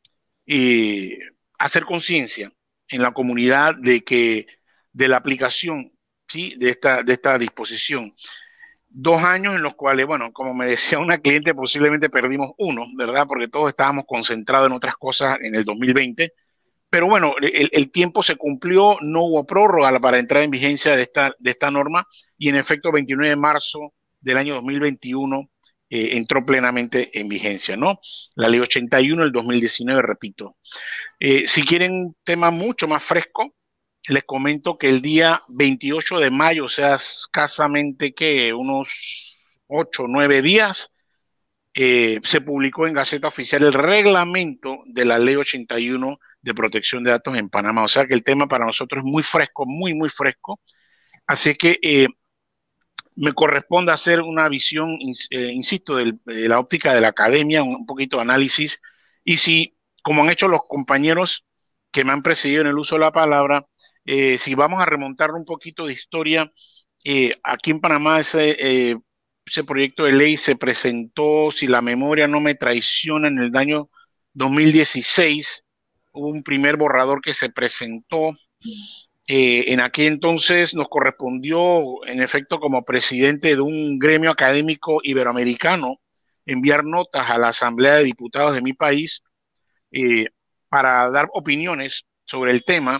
hacer conciencia en la comunidad de la aplicación, ¿sí?, de esta disposición. 2 años en los cuales, bueno, como me decía una cliente, posiblemente perdimos uno, ¿verdad? Porque todos estábamos concentrados en otras cosas en el 2020. Pero bueno, el tiempo se cumplió, no hubo prórroga para entrar en vigencia de esta norma, y en efecto 29 de marzo del año 2021 entró plenamente en vigencia, ¿no? La ley 81 del 2019, repito. Si quieren un tema mucho más fresco, les comento que el día 28 de mayo, o sea, escasamente que unos 8 o 9 días, se publicó en Gaceta Oficial el reglamento de la ley 81 de protección de datos en Panamá. O sea que el tema para nosotros es muy fresco, muy, muy fresco. Así que me corresponde hacer una visión, insisto, de la óptica de la academia, un poquito de análisis. Y si, como han hecho los compañeros que me han precedido en el uso de la palabra, si vamos a remontar un poquito de historia, aquí en Panamá ese proyecto de ley se presentó, si la memoria no me traiciona, en el año 2016. Hubo un primer borrador que se presentó. En aquel entonces nos correspondió, en efecto, como presidente de un gremio académico iberoamericano, enviar notas a la Asamblea de Diputados de mi país para dar opiniones sobre el tema.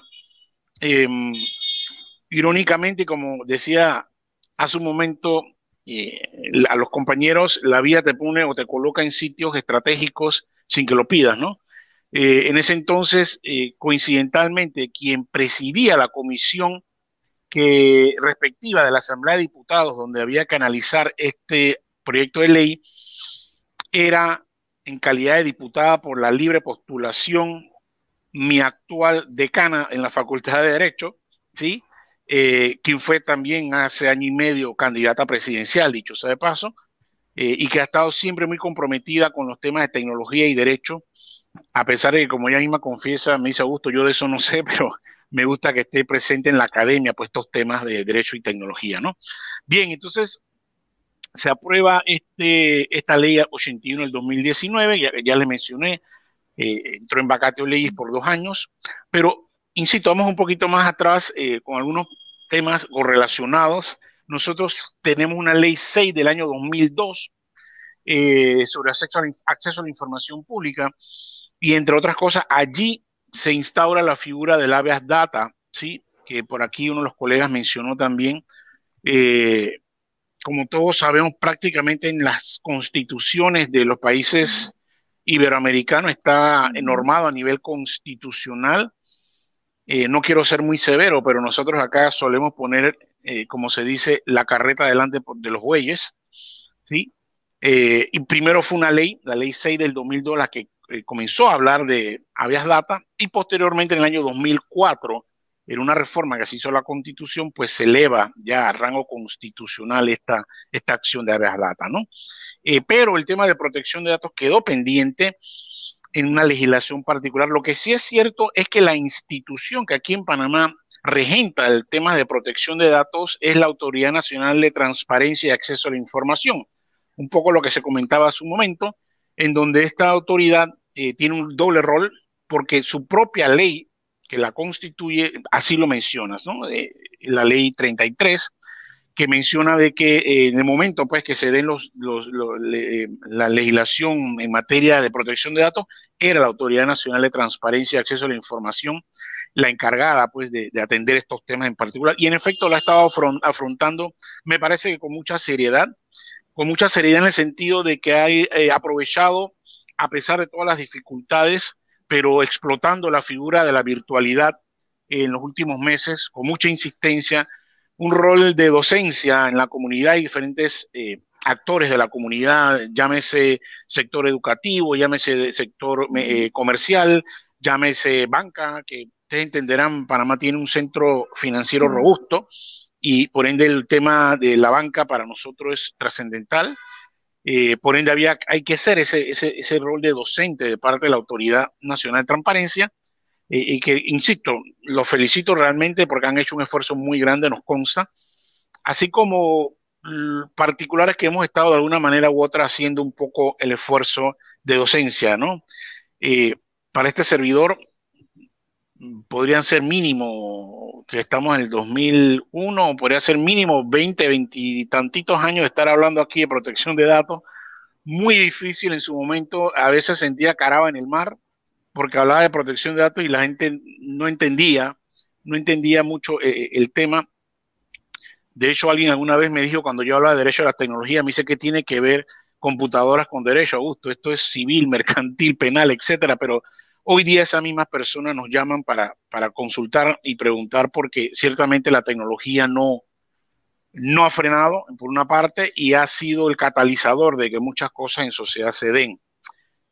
Irónicamente, como decía hace un momento, a los compañeros, la vida te pone o te coloca en sitios estratégicos sin que lo pidas, ¿no? En ese entonces, coincidentalmente, quien presidía la comisión respectiva de la Asamblea de Diputados, donde había que analizar este proyecto de ley, era, en calidad de diputada por la libre postulación, mi actual decana en la Facultad de Derecho, ¿sí? Quien fue también hace año y medio candidata presidencial, dicho sea de paso, y que ha estado siempre muy comprometida con los temas de tecnología y derecho, a pesar de que, como ella misma confiesa, me dice Augusto, yo de eso no sé, pero me gusta que esté presente en la academia, pues estos temas de derecho y tecnología, ¿no? Bien, entonces se aprueba esta ley 81 del 2019, ya les mencioné, entró en vacatio leyes por 2 años, pero insisto, vamos un poquito más atrás con algunos temas correlacionados. Nosotros tenemos una ley 6 del año 2002 sobre acceso a la información pública, y entre otras cosas, allí se instaura la figura del habeas data, ¿sí? Que por aquí uno de los colegas mencionó también. Como todos sabemos, prácticamente en las constituciones de los países iberoamericanos está normado a nivel constitucional. No quiero ser muy severo, pero nosotros acá solemos poner, como se dice, la carreta delante de los bueyes, ¿sí? Y primero fue una ley, la ley 6 del 2002, la que comenzó a hablar de habeas data, y posteriormente en el año 2004, en una reforma que se hizo a la Constitución, pues se eleva ya a rango constitucional esta acción de habeas data, ¿no? Pero el tema de protección de datos quedó pendiente en una legislación particular. Lo que sí es cierto es que la institución que aquí en Panamá regenta el tema de protección de datos es la Autoridad Nacional de Transparencia y Acceso a la Información. Un poco lo que se comentaba hace un momento, en donde esta autoridad tiene un doble rol, porque su propia ley que la constituye así lo menciona, ¿no? La ley 33, que menciona de que en el momento pues que se den la legislación en materia de protección de datos, era la Autoridad Nacional de Transparencia y Acceso a la Información la encargada pues de atender estos temas en particular, y en efecto la ha estado afrontando, me parece que con mucha seriedad en el sentido de que ha aprovechado, a pesar de todas las dificultades, pero explotando la figura de la virtualidad en los últimos meses, con mucha insistencia, un rol de docencia en la comunidad y diferentes actores de la comunidad, llámese sector educativo, llámese sector comercial, llámese banca, que ustedes entenderán, Panamá tiene un centro financiero robusto, y por ende el tema de la banca para nosotros es trascendental. Por ende hay que hacer ese rol de docente de parte de la Autoridad Nacional de Transparencia, y que, insisto, los felicito realmente porque han hecho un esfuerzo muy grande, nos consta, así como particulares que hemos estado de alguna manera u otra haciendo un poco el esfuerzo de docencia, ¿no? Para este servidor podrían ser mínimo, que estamos en el 2001, podría ser mínimo 20 y tantitos años de estar hablando aquí de protección de datos. Muy difícil en su momento, a veces sentía caraba en el mar, porque hablaba de protección de datos y la gente no entendía mucho el tema. De hecho, alguien alguna vez me dijo, cuando yo hablaba de derecho a la tecnología, me dice que tiene que ver computadoras con derecho, Augusto, esto es civil, mercantil, penal, etcétera, pero hoy día esas mismas personas nos llaman para consultar y preguntar, porque ciertamente la tecnología no ha frenado, por una parte, y ha sido el catalizador de que muchas cosas en sociedad se den.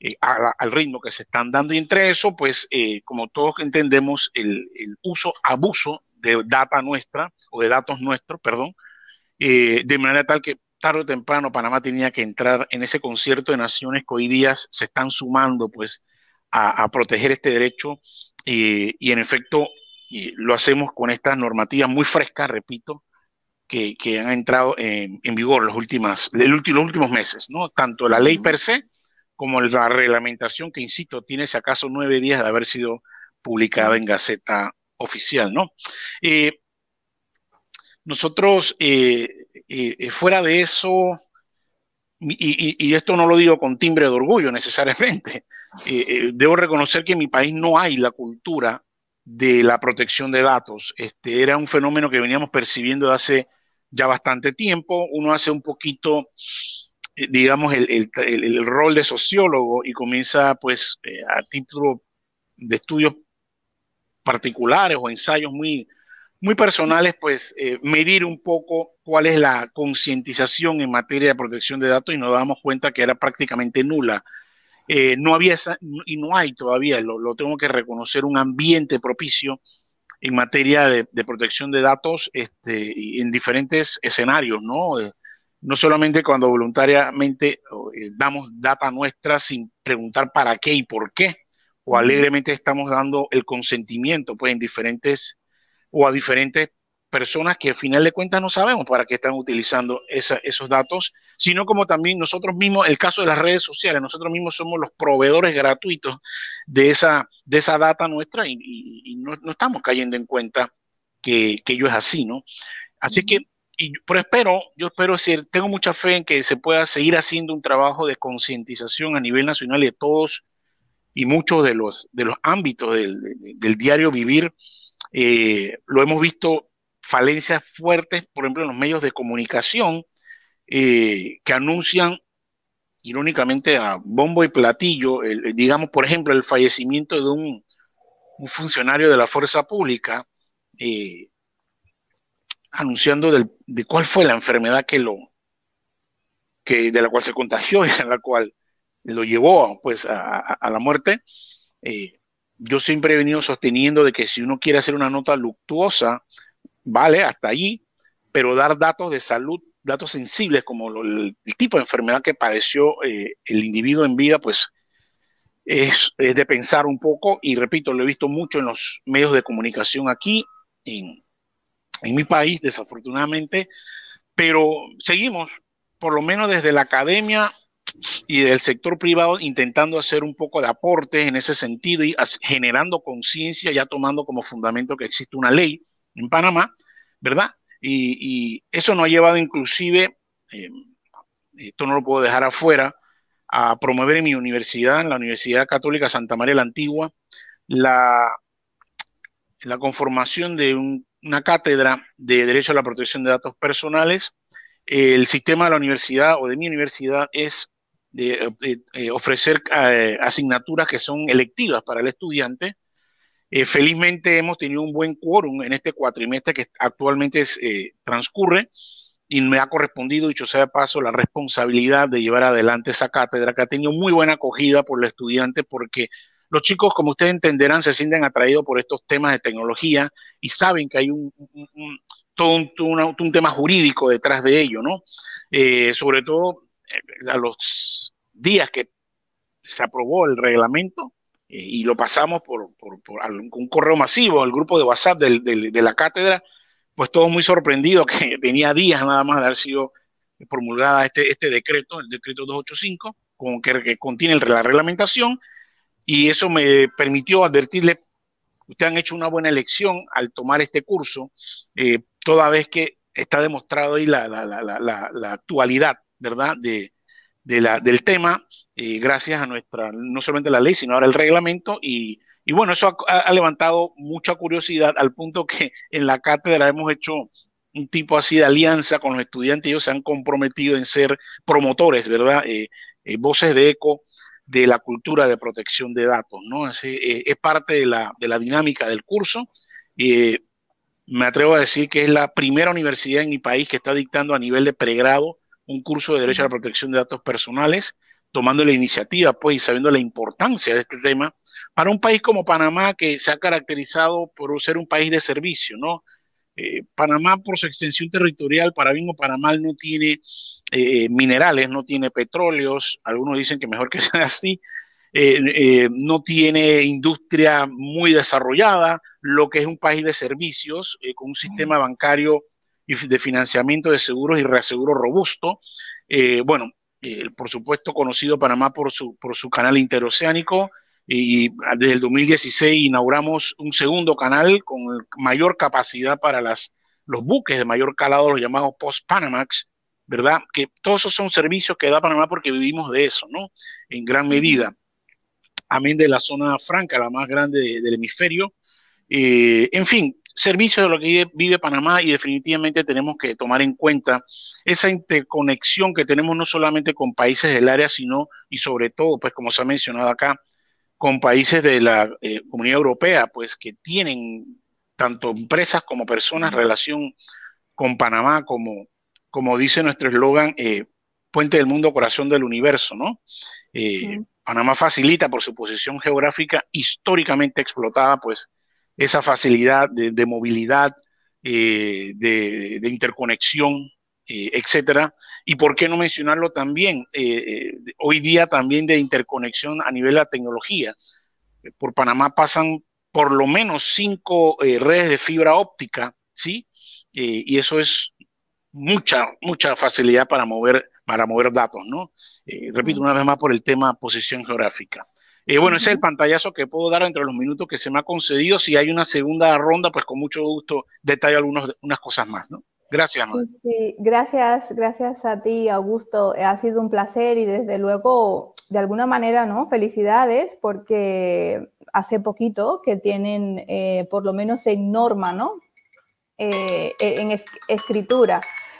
al ritmo que se están dando. Y entre eso, pues, como todos entendemos, el uso, abuso de data nuestra, o de datos nuestros, perdón, de manera tal que tarde o temprano Panamá tenía que entrar en ese concierto de naciones que hoy día se están sumando, pues, a proteger este derecho, y en efecto lo hacemos con estas normativas muy frescas, repito, que han entrado en vigor los últimos meses, ¿no? Tanto la ley per se como la reglamentación que, insisto, tiene si acaso 9 días de haber sido publicada en Gaceta Oficial, ¿no? Nosotros, fuera de eso, y esto no lo digo con timbre de orgullo necesariamente, debo reconocer que en mi país no hay la cultura de la protección de datos. Era un fenómeno que veníamos percibiendo de hace ya bastante tiempo. Uno hace un poquito, digamos, el rol de sociólogo y comienza, pues, a título de estudios particulares o ensayos muy personales, pues, medir un poco cuál es la concientización en materia de protección de datos, y nos damos cuenta que era prácticamente nula. No había y no hay todavía, lo tengo que reconocer, un ambiente propicio en materia de protección de datos, en diferentes escenarios, ¿no? No solamente cuando voluntariamente damos data nuestra sin preguntar para qué y por qué, o alegremente estamos dando el consentimiento, pues, en diferentes o a diferentes personas que al final de cuentas no sabemos para qué están utilizando esos datos, sino como también nosotros mismos, el caso de las redes sociales, nosotros mismos somos los proveedores gratuitos de esa data nuestra, y no estamos cayendo en cuenta que ello es así, ¿no? Así que, pero yo espero decir, tengo mucha fe en que se pueda seguir haciendo un trabajo de concientización a nivel nacional y de todos y muchos de los ámbitos del diario vivir. Lo hemos visto, falencias fuertes, por ejemplo, en los medios de comunicación, que anuncian irónicamente a bombo y platillo, digamos, por ejemplo, el fallecimiento de un funcionario de la fuerza pública, anunciando de cuál fue la enfermedad de la cual se contagió y en la cual lo llevó, pues, a la muerte. Yo siempre he venido sosteniendo de que si uno quiere hacer una nota luctuosa, vale, hasta allí, pero dar datos de salud, datos sensibles como el tipo de enfermedad que padeció el individuo en vida, pues es de pensar un poco. Y repito, lo he visto mucho en los medios de comunicación aquí en mi país, desafortunadamente, pero seguimos, por lo menos desde la academia y del sector privado, intentando hacer un poco de aportes en ese sentido y generando conciencia, ya tomando como fundamento que existe una ley en Panamá, ¿verdad? Y eso nos ha llevado inclusive, esto no lo puedo dejar afuera, a promover en mi universidad, en la Universidad Católica Santa María la Antigua, la conformación de una cátedra de Derecho a la Protección de Datos Personales. El sistema de la universidad o de mi universidad es de ofrecer asignaturas que son electivas para el estudiante. Felizmente hemos tenido un buen quórum en este cuatrimestre que actualmente transcurre, y me ha correspondido, dicho sea de paso, la responsabilidad de llevar adelante esa cátedra, que ha tenido muy buena acogida por los estudiantes, porque los chicos, como ustedes entenderán, se sienten atraídos por estos temas de tecnología y saben que hay todo un tema jurídico detrás de ello, ¿no? Sobre todo a los días que se aprobó el reglamento, y lo pasamos por un correo masivo al grupo de WhatsApp de la cátedra, pues todos muy sorprendidos, que tenía días nada más de haber sido promulgada este decreto, el decreto 285, que contiene la reglamentación, y eso me permitió advertirle: ustedes han hecho una buena elección al tomar este curso, toda vez que está demostrado ahí la actualidad, ¿verdad?, del tema, gracias a no solamente la ley, sino ahora el reglamento. Y bueno, eso ha levantado mucha curiosidad, al punto que en la cátedra hemos hecho un tipo así de alianza con los estudiantes. Ellos se han comprometido en ser promotores, ¿verdad?, voces de eco de la cultura de protección de datos, ¿no? Es parte de la dinámica del curso. Me atrevo a decir que es la primera universidad en mi país que está dictando a nivel de pregrado un curso de Derecho a la Protección de Datos Personales. tomando la iniciativa, pues, y sabiendo la importancia de este tema, para un país como Panamá, que se ha caracterizado por ser un país de servicio, ¿no? Panamá, por su extensión territorial, para bien o para mal, no tiene minerales, no tiene petróleos, algunos dicen que mejor que sea así, no tiene industria muy desarrollada, lo que es un país de servicios, con un sistema bancario y de financiamiento de seguros y reaseguros robusto. Bueno, por supuesto, conocido Panamá por su canal interoceánico, y desde el 2016 inauguramos un segundo canal con mayor capacidad para los buques de mayor calado, los llamados Post-Panamax, ¿verdad? Que todos esos son servicios que da Panamá porque vivimos de eso, ¿no? En gran medida. Amén de la zona franca, la más grande del hemisferio. En fin, servicios de lo que vive Panamá, y definitivamente tenemos que tomar en cuenta esa interconexión que tenemos no solamente con países del área, sino y sobre todo, pues como se ha mencionado acá, con países de la Comunidad Europea, pues que tienen tanto empresas como personas relación con Panamá, como dice nuestro eslogan, puente del mundo, corazón del universo, ¿no? Panamá facilita por su posición geográfica históricamente explotada, pues esa facilidad de movilidad, de interconexión, etcétera. Y por qué no mencionarlo también, hoy día también de interconexión a nivel de la tecnología. Por Panamá pasan por lo menos 5 redes de fibra óptica, ¿sí? Y eso es mucha facilidad para mover datos, ¿no? Repito una vez más por el tema posición geográfica. Bueno, ese es el pantallazo que puedo dar entre los minutos que se me ha concedido. Si hay una segunda ronda, pues con mucho gusto detallo unas cosas más, ¿no? Gracias, Mabel. Sí, sí, gracias a ti, Augusto. Ha sido un placer y desde luego, de alguna manera, ¿no? Felicidades, porque hace poquito que tienen, por lo menos en norma, ¿no? En escritura,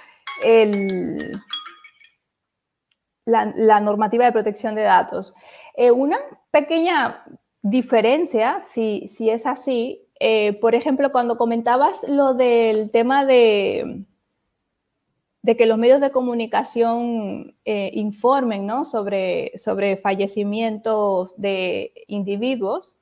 la normativa de protección de datos. Una pequeña diferencia, si es así, por ejemplo, cuando comentabas lo del tema de que los medios de comunicación informen, ¿no? sobre fallecimientos de individuos,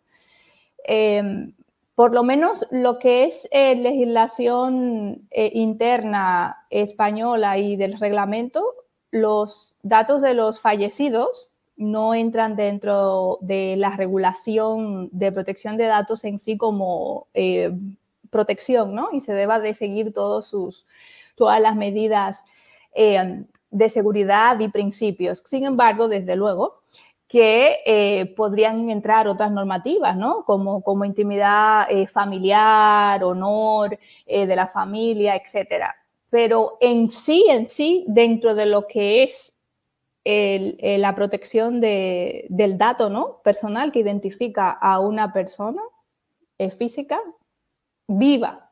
por lo menos lo que es legislación interna española y del reglamento, los datos de los fallecidos no entran dentro de la regulación de protección de datos en sí como protección, ¿no? Y se deba de seguir todas las medidas de seguridad y principios. Sin embargo, desde luego, que podrían entrar otras normativas, ¿no? Como intimidad familiar, honor de la familia, etcétera. Pero en sí, dentro de lo que es la protección del dato, ¿no? Personal que identifica a una persona física viva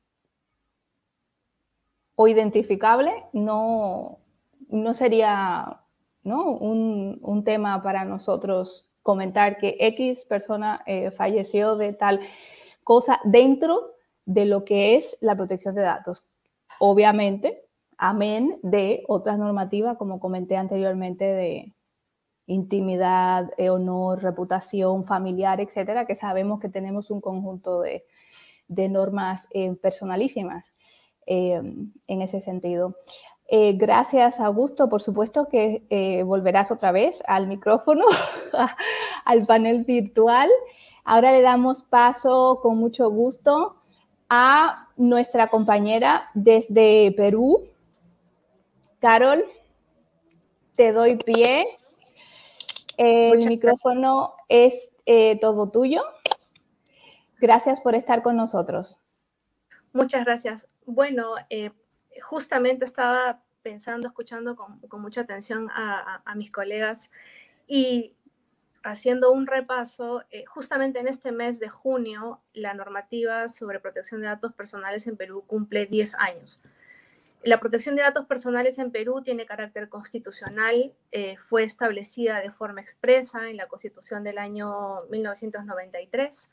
o identificable, no sería, ¿no? un tema para nosotros comentar que X persona falleció de tal cosa dentro de lo que es la protección de datos. Obviamente, amén de otras normativas, como comenté anteriormente, de intimidad, honor, reputación familiar, etcétera, que sabemos que tenemos un conjunto de normas personalísimas en ese sentido. Gracias, Augusto. Por supuesto que volverás otra vez al micrófono, al panel virtual. Ahora le damos paso con mucho gusto a nuestra compañera desde Perú. Carol, te doy pie. El micrófono es todo tuyo. Gracias por estar con nosotros. Muchas gracias. Bueno, justamente estaba pensando, escuchando con mucha atención a mis colegas y haciendo un repaso, justamente en este mes de junio, la normativa sobre protección de datos personales en Perú cumple 10 años. La protección de datos personales en Perú tiene carácter constitucional, fue establecida de forma expresa en la Constitución del año 1993.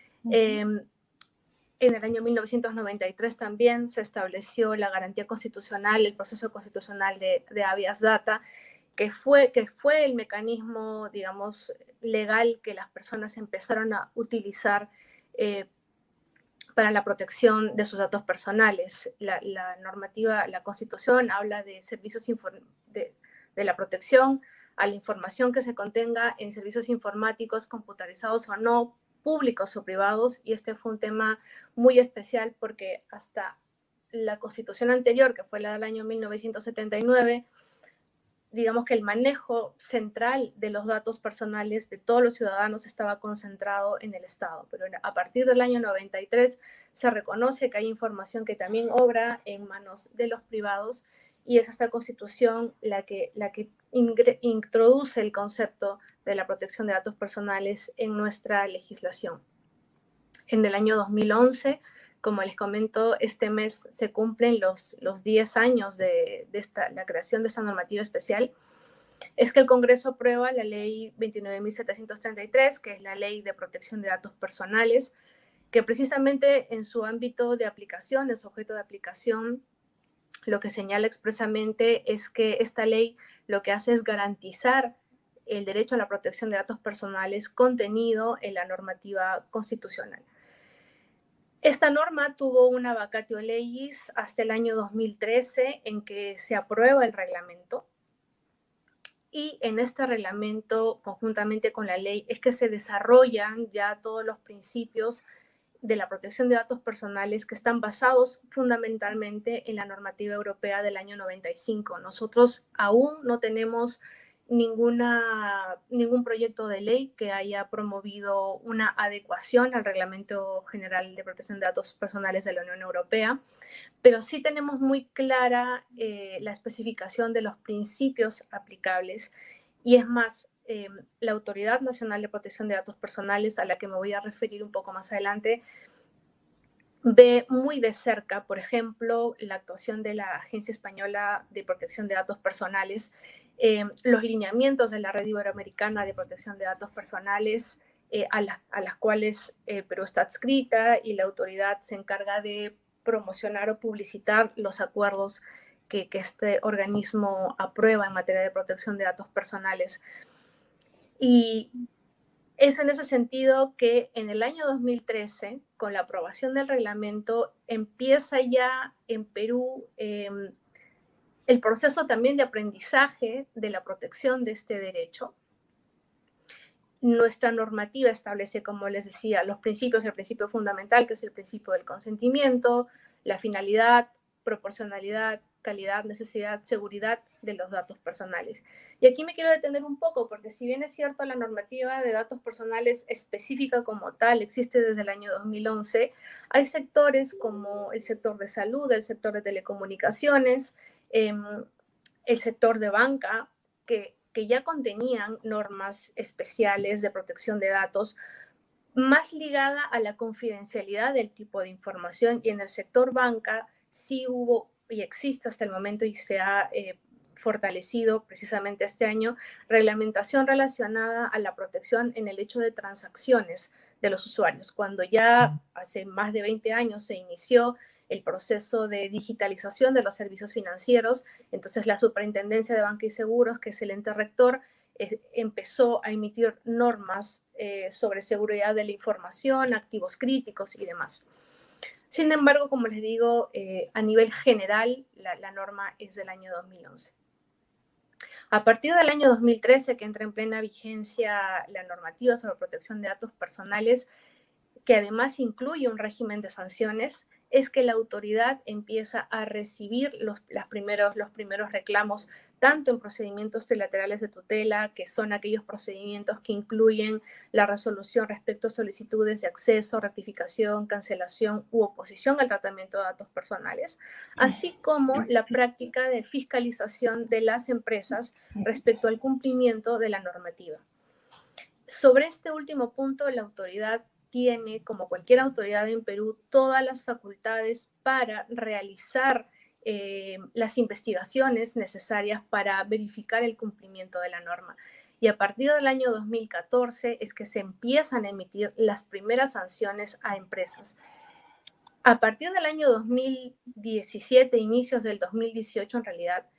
En el año 1993 también se estableció la garantía constitucional, el proceso constitucional de habeas data, que fue el mecanismo, digamos, legal que las personas empezaron a utilizar para la protección de sus datos personales. La normativa, la Constitución habla de servicios de la protección a la información que se contenga en servicios informáticos, computarizados o no, públicos o privados, y este fue un tema muy especial porque hasta la Constitución anterior, que fue la del año 1979, digamos que el manejo central de los datos personales de todos los ciudadanos estaba concentrado en el Estado. Pero a partir del año 93 se reconoce que hay información que también obra en manos de los privados, y es esta Constitución la que introduce el concepto de la protección de datos personales en nuestra legislación. En el año 2011, como les comento, este mes se cumplen los 10 años de la creación de esta normativa especial. Es que el Congreso aprueba la ley 29.733, que es la ley de protección de datos personales, que precisamente en su ámbito de aplicación, en su objeto de aplicación, lo que señala expresamente es que esta ley lo que hace es garantizar el derecho a la protección de datos personales contenido en la normativa constitucional. Esta norma tuvo una vacatio legis hasta el año 2013, en que se aprueba el reglamento, y en este reglamento, conjuntamente con la ley, es que se desarrollan ya todos los principios de la protección de datos personales que están basados fundamentalmente en la normativa europea del año 95. Nosotros aún no tenemos ningún proyecto de ley que haya promovido una adecuación al Reglamento General de Protección de Datos Personales de la Unión Europea, pero sí tenemos muy clara la especificación de los principios aplicables, y es más, la Autoridad Nacional de Protección de Datos Personales, a la que me voy a referir un poco más adelante, ve muy de cerca, por ejemplo, la actuación de la Agencia Española de Protección de Datos Personales, los lineamientos de la Red Iberoamericana de Protección de Datos Personales, a las cuales Perú está adscrita, y la autoridad se encarga de promocionar o publicitar los acuerdos que este organismo aprueba en materia de protección de datos personales. Y es en ese sentido que en el año 2013, con la aprobación del reglamento, empieza ya en Perú el proceso también de aprendizaje de la protección de este derecho. Nuestra normativa establece, como les decía, los principios, el principio fundamental, que es el principio del consentimiento, la finalidad, proporcionalidad, calidad, necesidad, seguridad de los datos personales. Y aquí me quiero detener un poco, porque si bien es cierto, la normativa de datos personales específica como tal existe desde el año 2011, hay sectores como el sector de salud, el sector de telecomunicaciones, el sector de banca, que ya contenían normas especiales de protección de datos más ligada a la confidencialidad del tipo de información, y en el sector banca sí hubo y existe hasta el momento, y se ha fortalecido precisamente este año, reglamentación relacionada a la protección en el hecho de transacciones de los usuarios. Cuando ya hace más de 20 años se inició el proceso de digitalización de los servicios financieros, entonces la Superintendencia de Banca y Seguros, que es el ente rector, empezó a emitir normas sobre seguridad de la información, activos críticos y demás. Sin embargo, como les digo, a nivel general, la norma es del año 2011. A partir del año 2013, que entra en plena vigencia la normativa sobre protección de datos personales, que además incluye un régimen de sanciones, es que la autoridad empieza a recibir los primeros reclamos, tanto en procedimientos trilaterales de tutela, que son aquellos procedimientos que incluyen la resolución respecto a solicitudes de acceso, rectificación, cancelación u oposición al tratamiento de datos personales, así como la práctica de fiscalización de las empresas respecto al cumplimiento de la normativa. Sobre este último punto, la autoridad tiene, como cualquier autoridad en Perú, todas las facultades para realizar las investigaciones necesarias para verificar el cumplimiento de la norma. Y a partir del año 2014 es que se empiezan a emitir las primeras sanciones a empresas. A partir del año 2017, inicios del 2018 en realidad,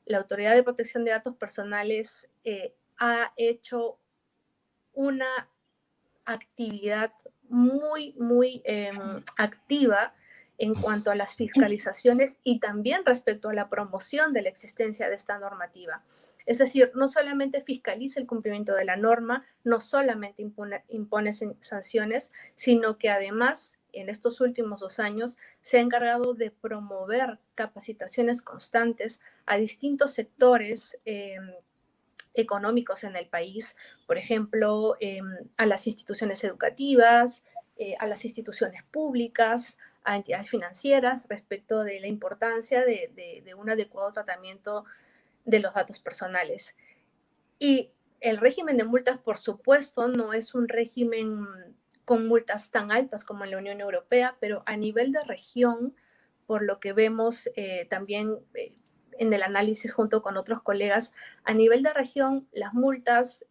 la Autoridad de Protección de Datos Personales ha hecho una actividad muy, muy activa en cuanto a las fiscalizaciones y también respecto a la promoción de la existencia de esta normativa. Es decir, no solamente fiscaliza el cumplimiento de la norma, no solamente impone sanciones, sino que además en estos últimos 2 años se ha encargado de promover capacitaciones constantes a distintos sectores económicos en el país, por ejemplo, a las instituciones educativas, a las instituciones públicas, a entidades financieras respecto de la importancia de un adecuado tratamiento de los datos personales. Y el régimen de multas, por supuesto, no es un régimen con multas tan altas como en la Unión Europea, pero a nivel de región, por lo que vemos también en el análisis junto con otros colegas, a nivel de región las multas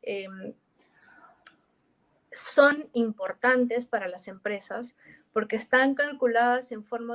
son importantes para las empresas porque están calculadas en forma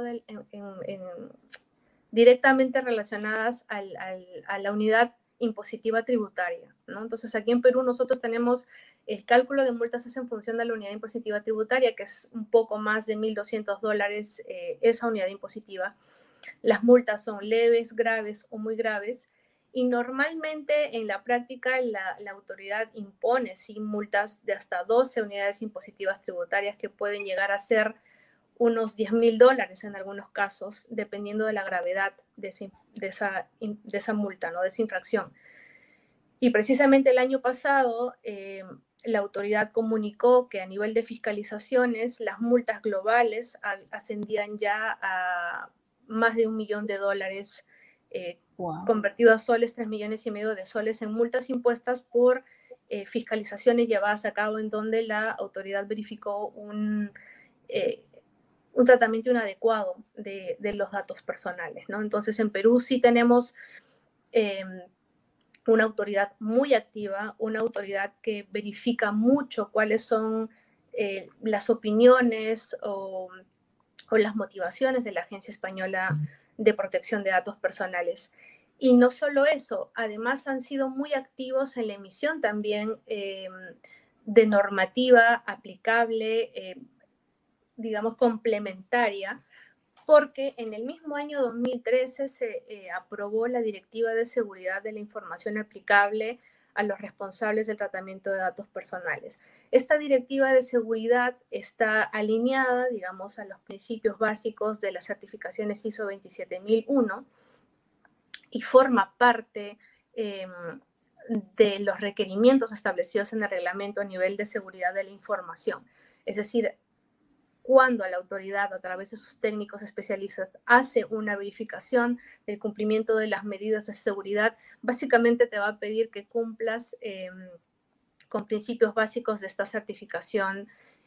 directamente relacionadas a la unidad impositiva tributaria, ¿no? Entonces, aquí en Perú nosotros tenemos el cálculo de multas es en función de la unidad impositiva tributaria, que es un poco más de $1.200 esa unidad impositiva. Las multas son leves, graves o muy graves, y normalmente en la práctica la autoridad impone sí, multas de hasta 12 unidades impositivas tributarias que pueden llegar a ser unos $10.000 en algunos casos, dependiendo de la gravedad de esa multa, ¿no? De esa infracción. Y precisamente el año pasado la autoridad comunicó que a nivel de fiscalizaciones las multas globales ascendían ya a más de $1 millón, wow, convertido a soles, 3,5 millones de soles en multas impuestas por fiscalizaciones llevadas a cabo en donde la autoridad verificó un tratamiento inadecuado de los datos personales, ¿no? Entonces, en Perú sí tenemos una autoridad muy activa, una autoridad que verifica mucho cuáles son las opiniones o las motivaciones de la Agencia Española de Protección de Datos Personales. Y no solo eso, además han sido muy activos en la emisión también de normativa aplicable, digamos, complementaria, porque en el mismo año 2013 se aprobó la Directiva de Seguridad de la Información aplicable a los responsables del tratamiento de datos personales. Esta directiva de seguridad está alineada, digamos, a los principios básicos de las certificaciones ISO 27001 y forma parte de los requerimientos establecidos en el reglamento a nivel de seguridad de la información. Es decir, cuando la autoridad, a través de sus técnicos especialistas, hace una verificación del cumplimiento de las medidas de seguridad, básicamente te va a pedir que cumplas con principios básicos de esta certificación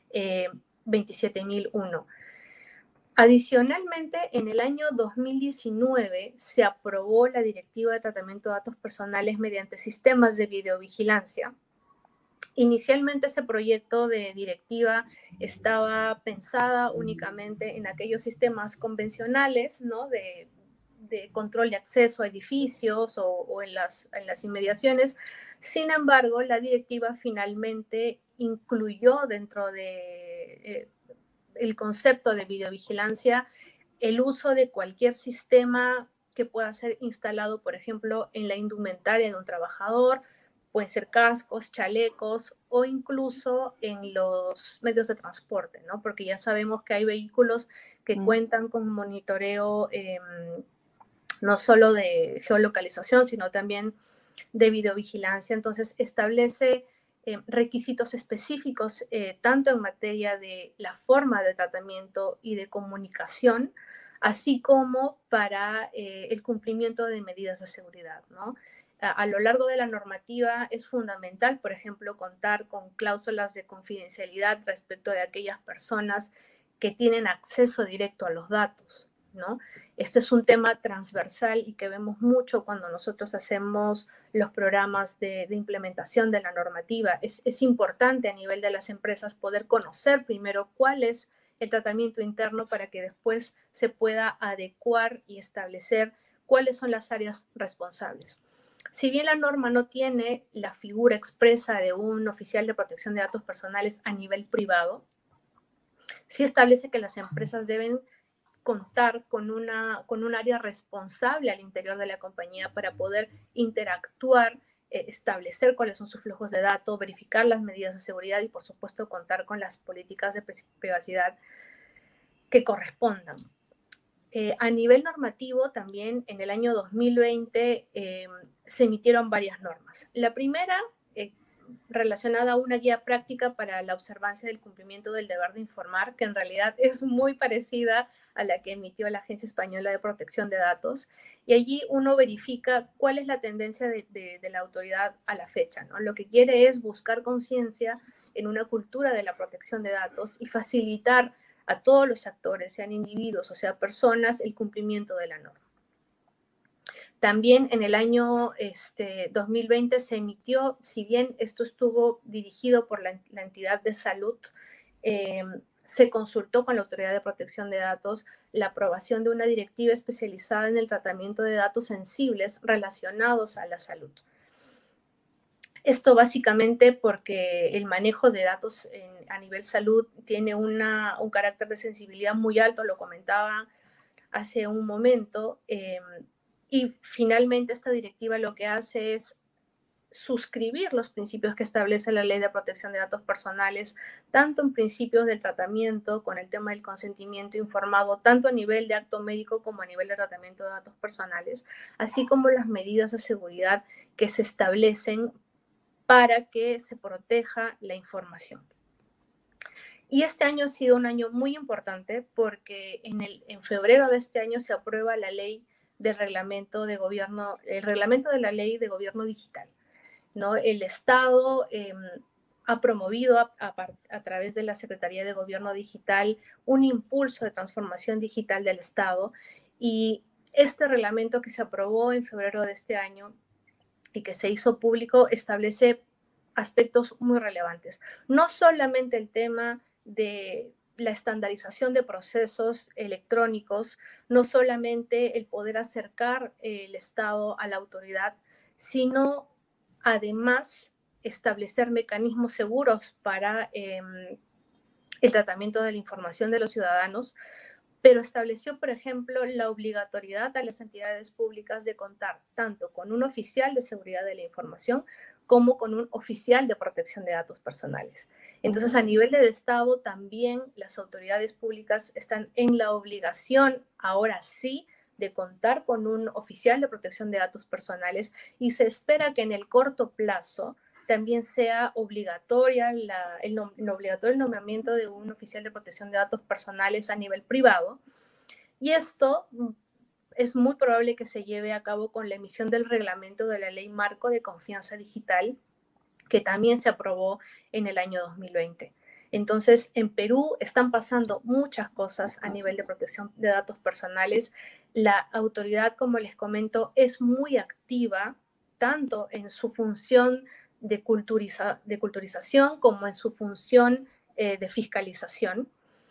27001. Adicionalmente, en el año 2019 se aprobó la Directiva de Tratamiento de Datos Personales mediante sistemas de videovigilancia. Inicialmente ese proyecto de directiva estaba pensada únicamente en aquellos sistemas convencionales, ¿no? de control de acceso a edificios o en las inmediaciones. Sin embargo, la directiva finalmente incluyó dentro de el concepto de videovigilancia el uso de cualquier sistema que pueda ser instalado, por ejemplo, en la indumentaria de un trabajador. Pueden ser cascos, chalecos o incluso en los medios de transporte, ¿no? Porque ya sabemos que hay vehículos que cuentan con monitoreo no solo de geolocalización, sino también de videovigilancia. Entonces, establece requisitos específicos tanto en materia de la forma de tratamiento y de comunicación, así como para el cumplimiento de medidas de seguridad, ¿no? A lo largo de la normativa es fundamental, por ejemplo, contar con cláusulas de confidencialidad respecto de aquellas personas que tienen acceso directo a los datos, ¿no? Este es un tema transversal y que vemos mucho cuando nosotros hacemos los programas de implementación de la normativa. Es importante a nivel de las empresas poder conocer primero cuál es el tratamiento interno para que después se pueda adecuar y establecer cuáles son las áreas responsables. Si bien la norma no tiene la figura expresa de un oficial de protección de datos personales a nivel privado, sí establece que las empresas deben contar con un área responsable al interior de la compañía para poder interactuar, establecer cuáles son sus flujos de datos, verificar las medidas de seguridad y, por supuesto, contar con las políticas de privacidad que correspondan. A nivel normativo, también en el año 2020 se emitieron varias normas. La primera, relacionada a una guía práctica para la observancia del cumplimiento del deber de informar, que en realidad es muy parecida a la que emitió la Agencia Española de Protección de Datos. Y allí uno verifica cuál es la tendencia de la autoridad a la fecha, ¿no? Lo que quiere es buscar conciencia en una cultura de la protección de datos y facilitar a todos los actores, sean individuos o sean personas, el cumplimiento de la norma. También en el año 2020 se emitió, si bien esto estuvo dirigido por la entidad de salud, se consultó con la Autoridad de Protección de Datos la aprobación de una directiva especializada en el tratamiento de datos sensibles relacionados a la salud. Esto básicamente porque el manejo de datos a nivel salud tiene un carácter de sensibilidad muy alto, lo comentaba hace un momento, y finalmente esta directiva lo que hace es suscribir los principios que establece la Ley de Protección de Datos Personales, tanto en principios del tratamiento con el tema del consentimiento informado, tanto a nivel de acto médico como a nivel de tratamiento de datos personales, así como las medidas de seguridad que se establecen para que se proteja la información. Y este año ha sido un año muy importante porque en febrero de este año se aprueba la ley del reglamento de gobierno, el reglamento de la ley de gobierno digital, ¿no? El Estado ha promovido a través de la Secretaría de Gobierno Digital un impulso de transformación digital del Estado, y este reglamento que se aprobó en febrero de este año y que se hizo público establece aspectos muy relevantes. No solamente el tema de la estandarización de procesos electrónicos, no solamente el poder acercar el Estado a la autoridad, sino además establecer mecanismos seguros para el tratamiento de la información de los ciudadanos, pero estableció, por ejemplo, la obligatoriedad a las entidades públicas de contar tanto con un oficial de seguridad de la información como con un oficial de protección de datos personales. Entonces, a nivel del Estado, también las autoridades públicas están en la obligación, ahora sí, de contar con un oficial de protección de datos personales, y se espera que en el corto plazo también sea obligatoria el obligatorio nombramiento de un oficial de protección de datos personales a nivel privado. Y esto es muy probable que se lleve a cabo con la emisión del reglamento de la Ley Marco de Confianza Digital, que también se aprobó en el año 2020. Entonces, en Perú están pasando muchas cosas a nivel de protección de datos personales. La autoridad, como les comento, es muy activa, tanto en su función de culturización como en su función de fiscalización.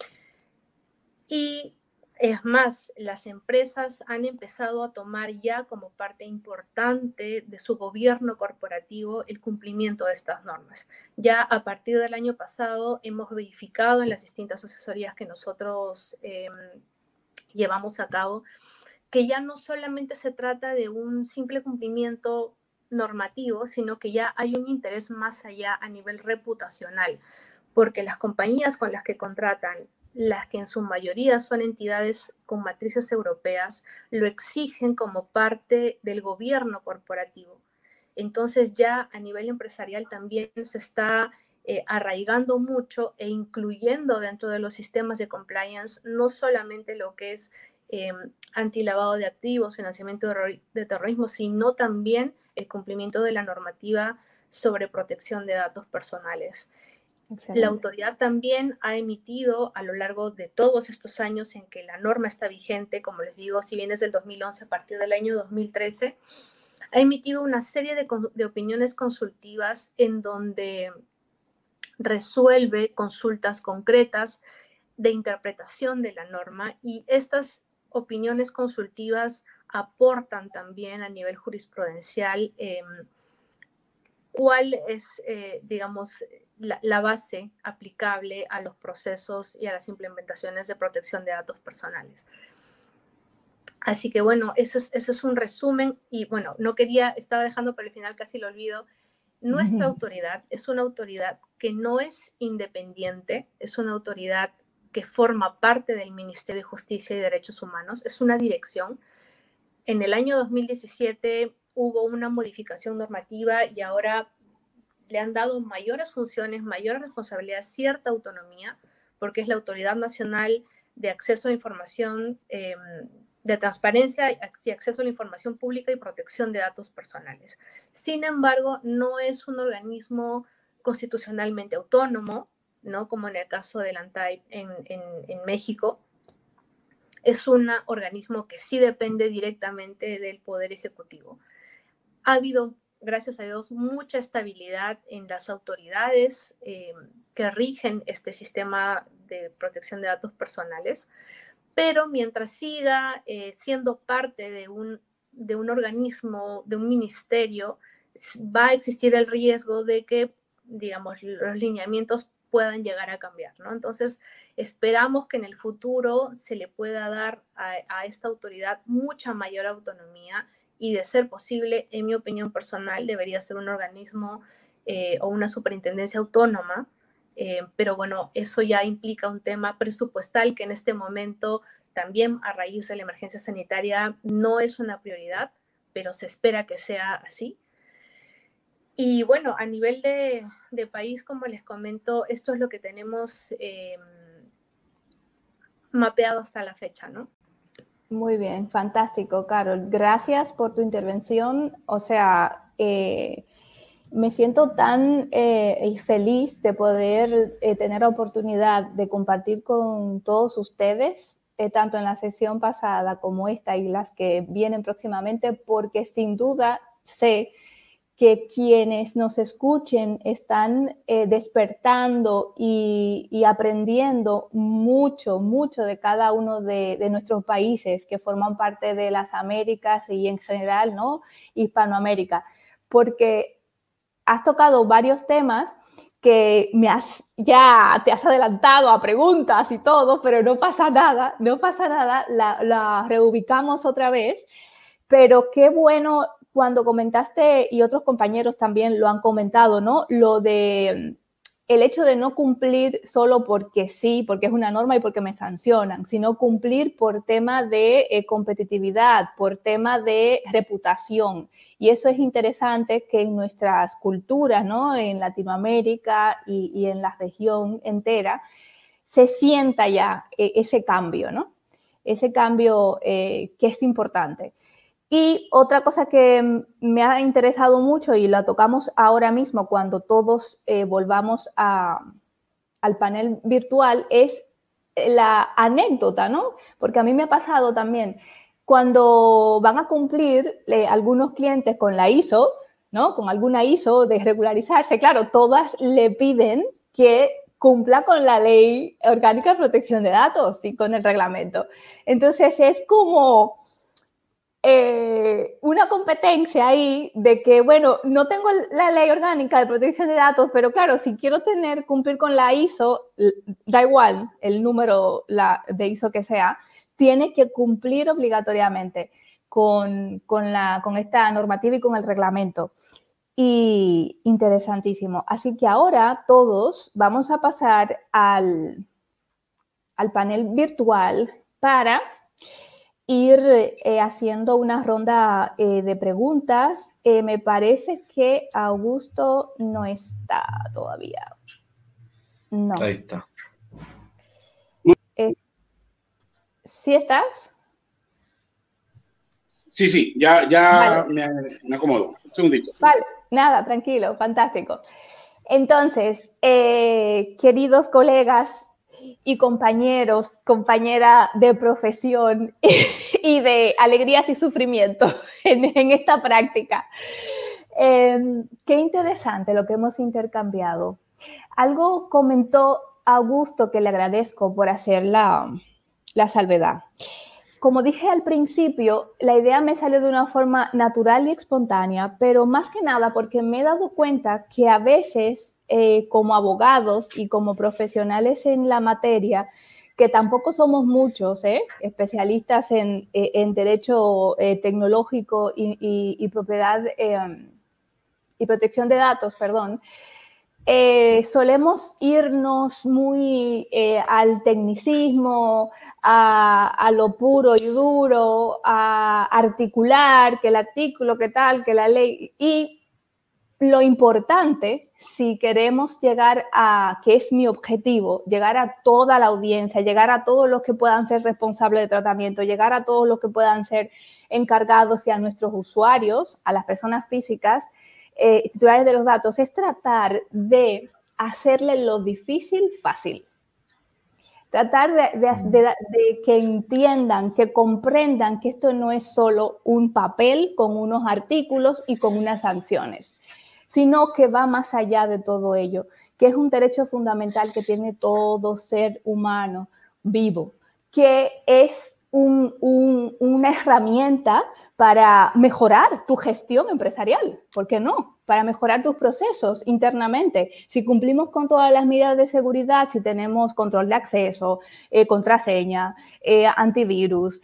Y es más, las empresas han empezado a tomar ya como parte importante de su gobierno corporativo el cumplimiento de estas normas. Ya a partir del año pasado hemos verificado en las distintas asesorías que nosotros llevamos a cabo que ya no solamente se trata de un simple cumplimiento normativo, sino que ya hay un interés más allá a nivel reputacional, porque las compañías con las que contratan, las que en su mayoría son entidades con matrices europeas, lo exigen como parte del gobierno corporativo. Entonces ya a nivel empresarial también se está arraigando mucho e incluyendo dentro de los sistemas de compliance no solamente lo que es antilavado de activos, financiamiento de terrorismo, sino también el cumplimiento de la normativa sobre protección de datos personales. Excelente. La autoridad también ha emitido a lo largo de todos estos años en que la norma está vigente, como les digo, si bien es del 2011, a partir del año 2013, ha emitido una serie de opiniones consultivas en donde resuelve consultas concretas de interpretación de la norma, y estas opiniones consultivas aportan también a nivel jurisprudencial cuál es, digamos, la base aplicable a los procesos y a las implementaciones de protección de datos personales. Así que bueno, eso es un resumen y bueno, estaba dejando para el final, casi lo olvido. Nuestra autoridad es una autoridad que no es independiente, es una autoridad que forma parte del Ministerio de Justicia y Derechos Humanos, es una dirección. En el año 2017 hubo una modificación normativa y ahora le han dado mayores funciones, mayor responsabilidad, cierta autonomía, porque es la Autoridad Nacional de Acceso a la Información, de Transparencia y Acceso a la Información Pública y Protección de Datos Personales. Sin embargo, no es un organismo constitucionalmente autónomo, ¿no? Como en el caso del ANTAI en México. Es un organismo que sí depende directamente del Poder Ejecutivo. Ha habido, gracias a Dios, mucha estabilidad en las autoridades que rigen este sistema de protección de datos personales, pero mientras siga siendo parte de un organismo, de un ministerio, va a existir el riesgo de que, digamos, los lineamientos puedan llegar a cambiar, ¿no? Entonces, esperamos que en el futuro se le pueda dar a esta autoridad mucha mayor autonomía y, de ser posible, en mi opinión personal, debería ser un organismo o una superintendencia autónoma, pero bueno, eso ya implica un tema presupuestal que en este momento, también a raíz de la emergencia sanitaria, no es una prioridad, pero se espera que sea así. Y bueno, a nivel de país, como les comento, esto es lo que tenemos mapeado hasta la fecha, ¿no? Muy bien, fantástico, Carol. Gracias por tu intervención. O sea, me siento tan feliz de poder tener la oportunidad de compartir con todos ustedes, tanto en la sesión pasada como esta y las que vienen próximamente, porque sin duda sé que quienes nos escuchen están despertando y aprendiendo mucho, mucho de cada uno de nuestros países que forman parte de las Américas y en general, ¿no?, Hispanoamérica, porque has tocado varios temas que ya te has adelantado a preguntas y todo, pero no pasa nada, la reubicamos otra vez, pero qué bueno cuando comentaste, y otros compañeros también lo han comentado, ¿no?, lo de el hecho de no cumplir solo porque sí, porque es una norma y porque me sancionan, sino cumplir por tema de competitividad, por tema de reputación. Y eso es interesante que en nuestras culturas, ¿no?, en Latinoamérica y en la región entera, se sienta ya ese cambio, ¿no? Ese cambio que es importante. Y otra cosa que me ha interesado mucho y la tocamos ahora mismo cuando todos volvamos al panel virtual es la anécdota, ¿no? Porque a mí me ha pasado también cuando van a cumplir algunos clientes con la ISO, ¿no?, con alguna ISO de regularizarse, claro, todas le piden que cumpla con la Ley Orgánica de Protección de Datos y con el reglamento. Entonces es como una competencia ahí de que, bueno, no tengo la Ley Orgánica de Protección de Datos, pero claro, si quiero cumplir con la ISO, da igual el número de ISO que sea, tiene que cumplir obligatoriamente con esta normativa y con el reglamento. Y interesantísimo. Así que ahora todos vamos a pasar al panel virtual para ir haciendo una ronda de preguntas. Me parece que Augusto no está todavía. No. Ahí está. ¿Sí estás? Sí, ya vale. me acomodo. Un segundito. Vale, nada, tranquilo, fantástico. Entonces, queridos colegas y compañeros, compañera de profesión y de alegrías y sufrimientos en esta práctica. Qué interesante lo que hemos intercambiado. Algo comentó Augusto que le agradezco por hacer la salvedad. como dije al principio, la idea me salió de una forma natural y espontánea, pero más que nada porque me he dado cuenta que a veces, como abogados y como profesionales en la materia, que tampoco somos muchos, especialistas en derecho tecnológico y propiedad y protección de datos, perdón, solemos irnos muy al tecnicismo, a lo puro y duro, a articular, que el artículo, que tal, que la ley. Y lo importante, si queremos llegar a, que es mi objetivo, llegar a toda la audiencia, llegar a todos los que puedan ser responsables de tratamiento, llegar a todos los que puedan ser encargados y a nuestros usuarios, a las personas físicas, titulares de los datos, es tratar de hacerle lo difícil fácil. Tratar de que entiendan, que comprendan que esto no es solo un papel con unos artículos y con unas sanciones, sino que va más allá de todo ello, que es un derecho fundamental que tiene todo ser humano vivo, que es una herramienta para mejorar tu gestión empresarial, ¿por qué no? Para mejorar tus procesos internamente. Si cumplimos con todas las medidas de seguridad, si tenemos control de acceso, contraseña, antivirus,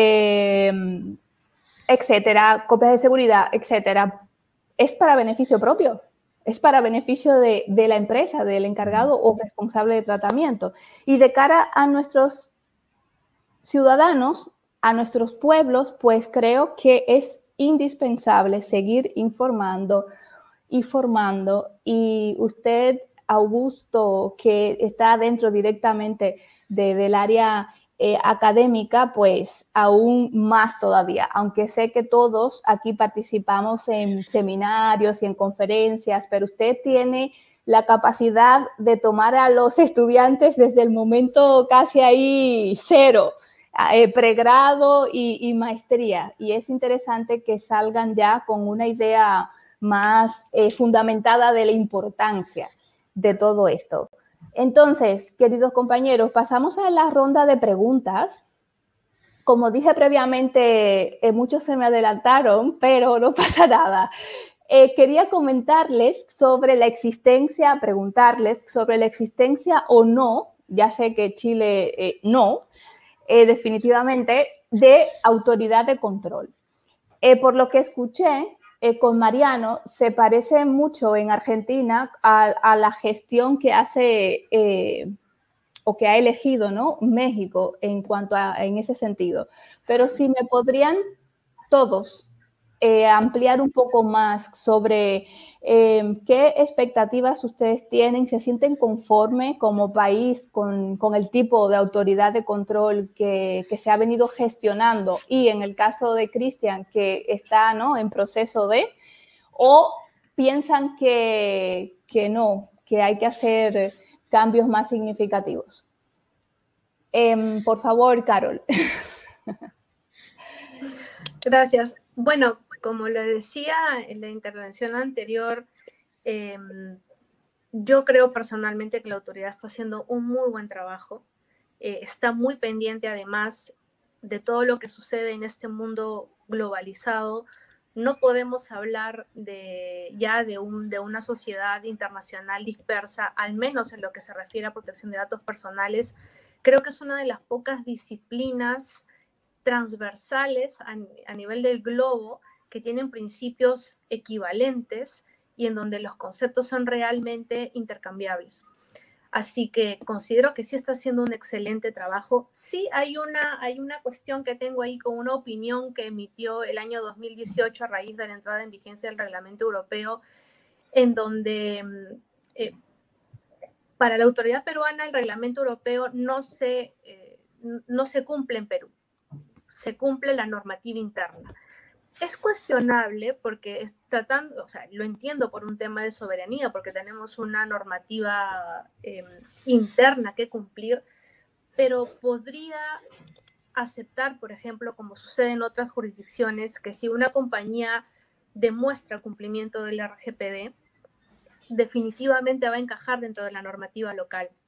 etcétera, copias de seguridad, etcétera, es para beneficio propio. Es para beneficio de la empresa, del encargado o responsable de tratamiento. Y de cara a nuestros ciudadanos, a nuestros pueblos, pues creo que es indispensable seguir informando y formando. Y usted, Augusto, que está dentro directamente del área académica, pues aún más todavía, aunque sé que todos aquí participamos en seminarios y en conferencias, pero usted tiene la capacidad de tomar a los estudiantes desde el momento casi ahí cero, pregrado y maestría, y es interesante que salgan ya con una idea más fundamentada de la importancia de todo esto. Entonces, queridos compañeros, pasamos a la ronda de preguntas. Como dije previamente, muchos se me adelantaron, pero no pasa nada. Quería comentarles sobre la existencia, preguntarles sobre la existencia o no, ya sé que Chile no, definitivamente, de autoridad de control. Por lo que escuché con Mariano, se parece mucho en Argentina a la gestión que hace o que ha elegido, ¿no?, México en ese sentido. Pero si me podrían todos ampliar un poco más sobre qué expectativas ustedes tienen, se sienten conformes como país con el tipo de autoridad de control que se ha venido gestionando, y en el caso de Cristian, que está, ¿no?, en proceso de, o piensan que no, que hay que hacer cambios más significativos. Por favor, Carol. Gracias. Bueno, como lo decía en la intervención anterior, yo creo personalmente que la autoridad está haciendo un muy buen trabajo. Está muy pendiente además de todo lo que sucede en este mundo globalizado. No podemos hablar de una sociedad internacional dispersa, al menos en lo que se refiere a protección de datos personales. Creo que es una de las pocas disciplinas transversales a nivel del globo que tienen principios equivalentes y en donde los conceptos son realmente intercambiables. Así que considero que sí está haciendo un excelente trabajo. Sí hay una cuestión que tengo ahí con una opinión que emitió el año 2018 a raíz de la entrada en vigencia del Reglamento Europeo, en donde para la autoridad peruana el Reglamento Europeo no se cumple en Perú, se cumple la normativa interna. Es cuestionable porque lo entiendo por un tema de soberanía, porque tenemos una normativa interna que cumplir, pero podría aceptar, por ejemplo, como sucede en otras jurisdicciones, que si una compañía demuestra el cumplimiento del RGPD, definitivamente va a encajar dentro de la normativa local.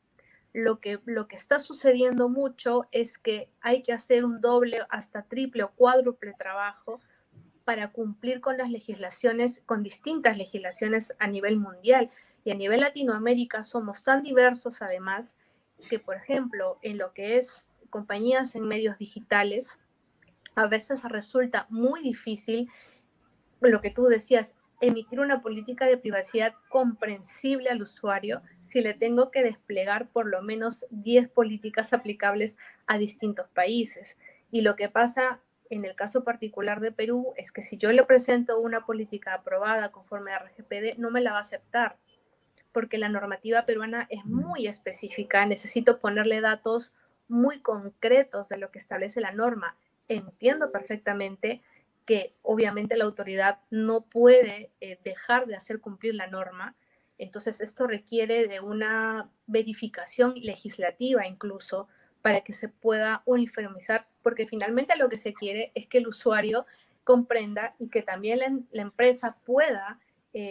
Lo que está sucediendo mucho es que hay que hacer un doble, hasta triple o cuádruple trabajo para cumplir con las legislaciones, con distintas legislaciones a nivel mundial. Y a nivel Latinoamérica somos tan diversos además que, por ejemplo, en lo que es compañías en medios digitales, a veces resulta muy difícil, lo que tú decías, emitir una política de privacidad comprensible al usuario si le tengo que desplegar por lo menos 10 políticas aplicables a distintos países. Y lo que pasa en el caso particular de Perú es que si yo le presento una política aprobada conforme a RGPD, no me la va a aceptar, porque la normativa peruana es muy específica, necesito ponerle datos muy concretos de lo que establece la norma. Entiendo perfectamente que obviamente la autoridad no puede dejar de hacer cumplir la norma, entonces esto requiere de una verificación legislativa incluso para que se pueda uniformizar, porque finalmente lo que se quiere es que el usuario comprenda y que también la empresa pueda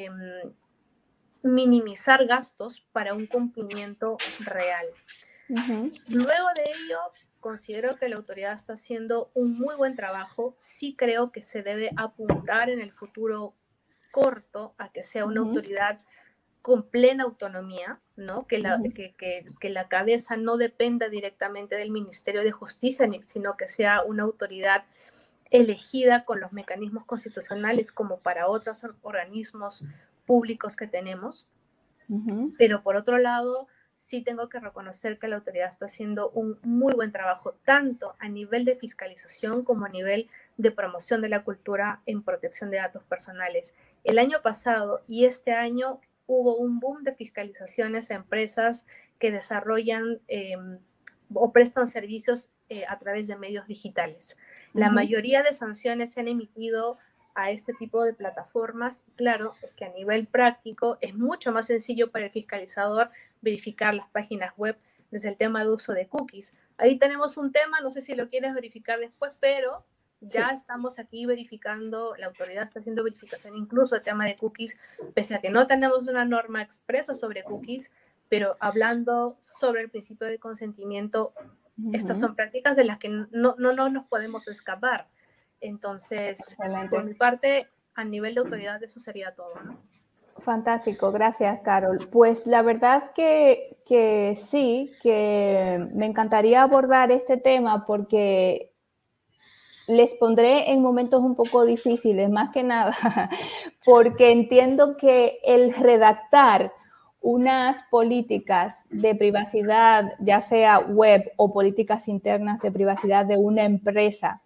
minimizar gastos para un cumplimiento real. Luego de ello, considero que la autoridad está haciendo un muy buen trabajo. Sí creo que se debe apuntar en el futuro corto a que sea una autoridad con plena autonomía, ¿no? Que la cabeza no dependa directamente del Ministerio de Justicia, sino que sea una autoridad elegida con los mecanismos constitucionales como para otros organismos públicos que tenemos. Pero por otro lado, sí tengo que reconocer que la autoridad está haciendo un muy buen trabajo, tanto a nivel de fiscalización como a nivel de promoción de la cultura en protección de datos personales. El año pasado y este año hubo un boom de fiscalizaciones a empresas que desarrollan o prestan servicios a través de medios digitales. La mayoría de sanciones se han emitido a este tipo de plataformas. Claro, es que a nivel práctico es mucho más sencillo para el fiscalizador verificar las páginas web desde el tema de uso de cookies. Ahí tenemos un tema, no sé si lo quieres verificar después, pero ya estamos aquí verificando, la autoridad está haciendo verificación incluso del tema de cookies, pese a que no tenemos una norma expresa sobre cookies, pero hablando sobre el principio de consentimiento, estas son prácticas de las que no nos podemos escapar. Entonces, por mi parte, a nivel de autoridad, eso sería todo, ¿no? Fantástico, gracias, Carol. Pues la verdad que sí, que me encantaría abordar este tema porque les pondré en momentos un poco difíciles, más que nada, porque entiendo que el redactar unas políticas de privacidad, ya sea web o políticas internas de privacidad de una empresa,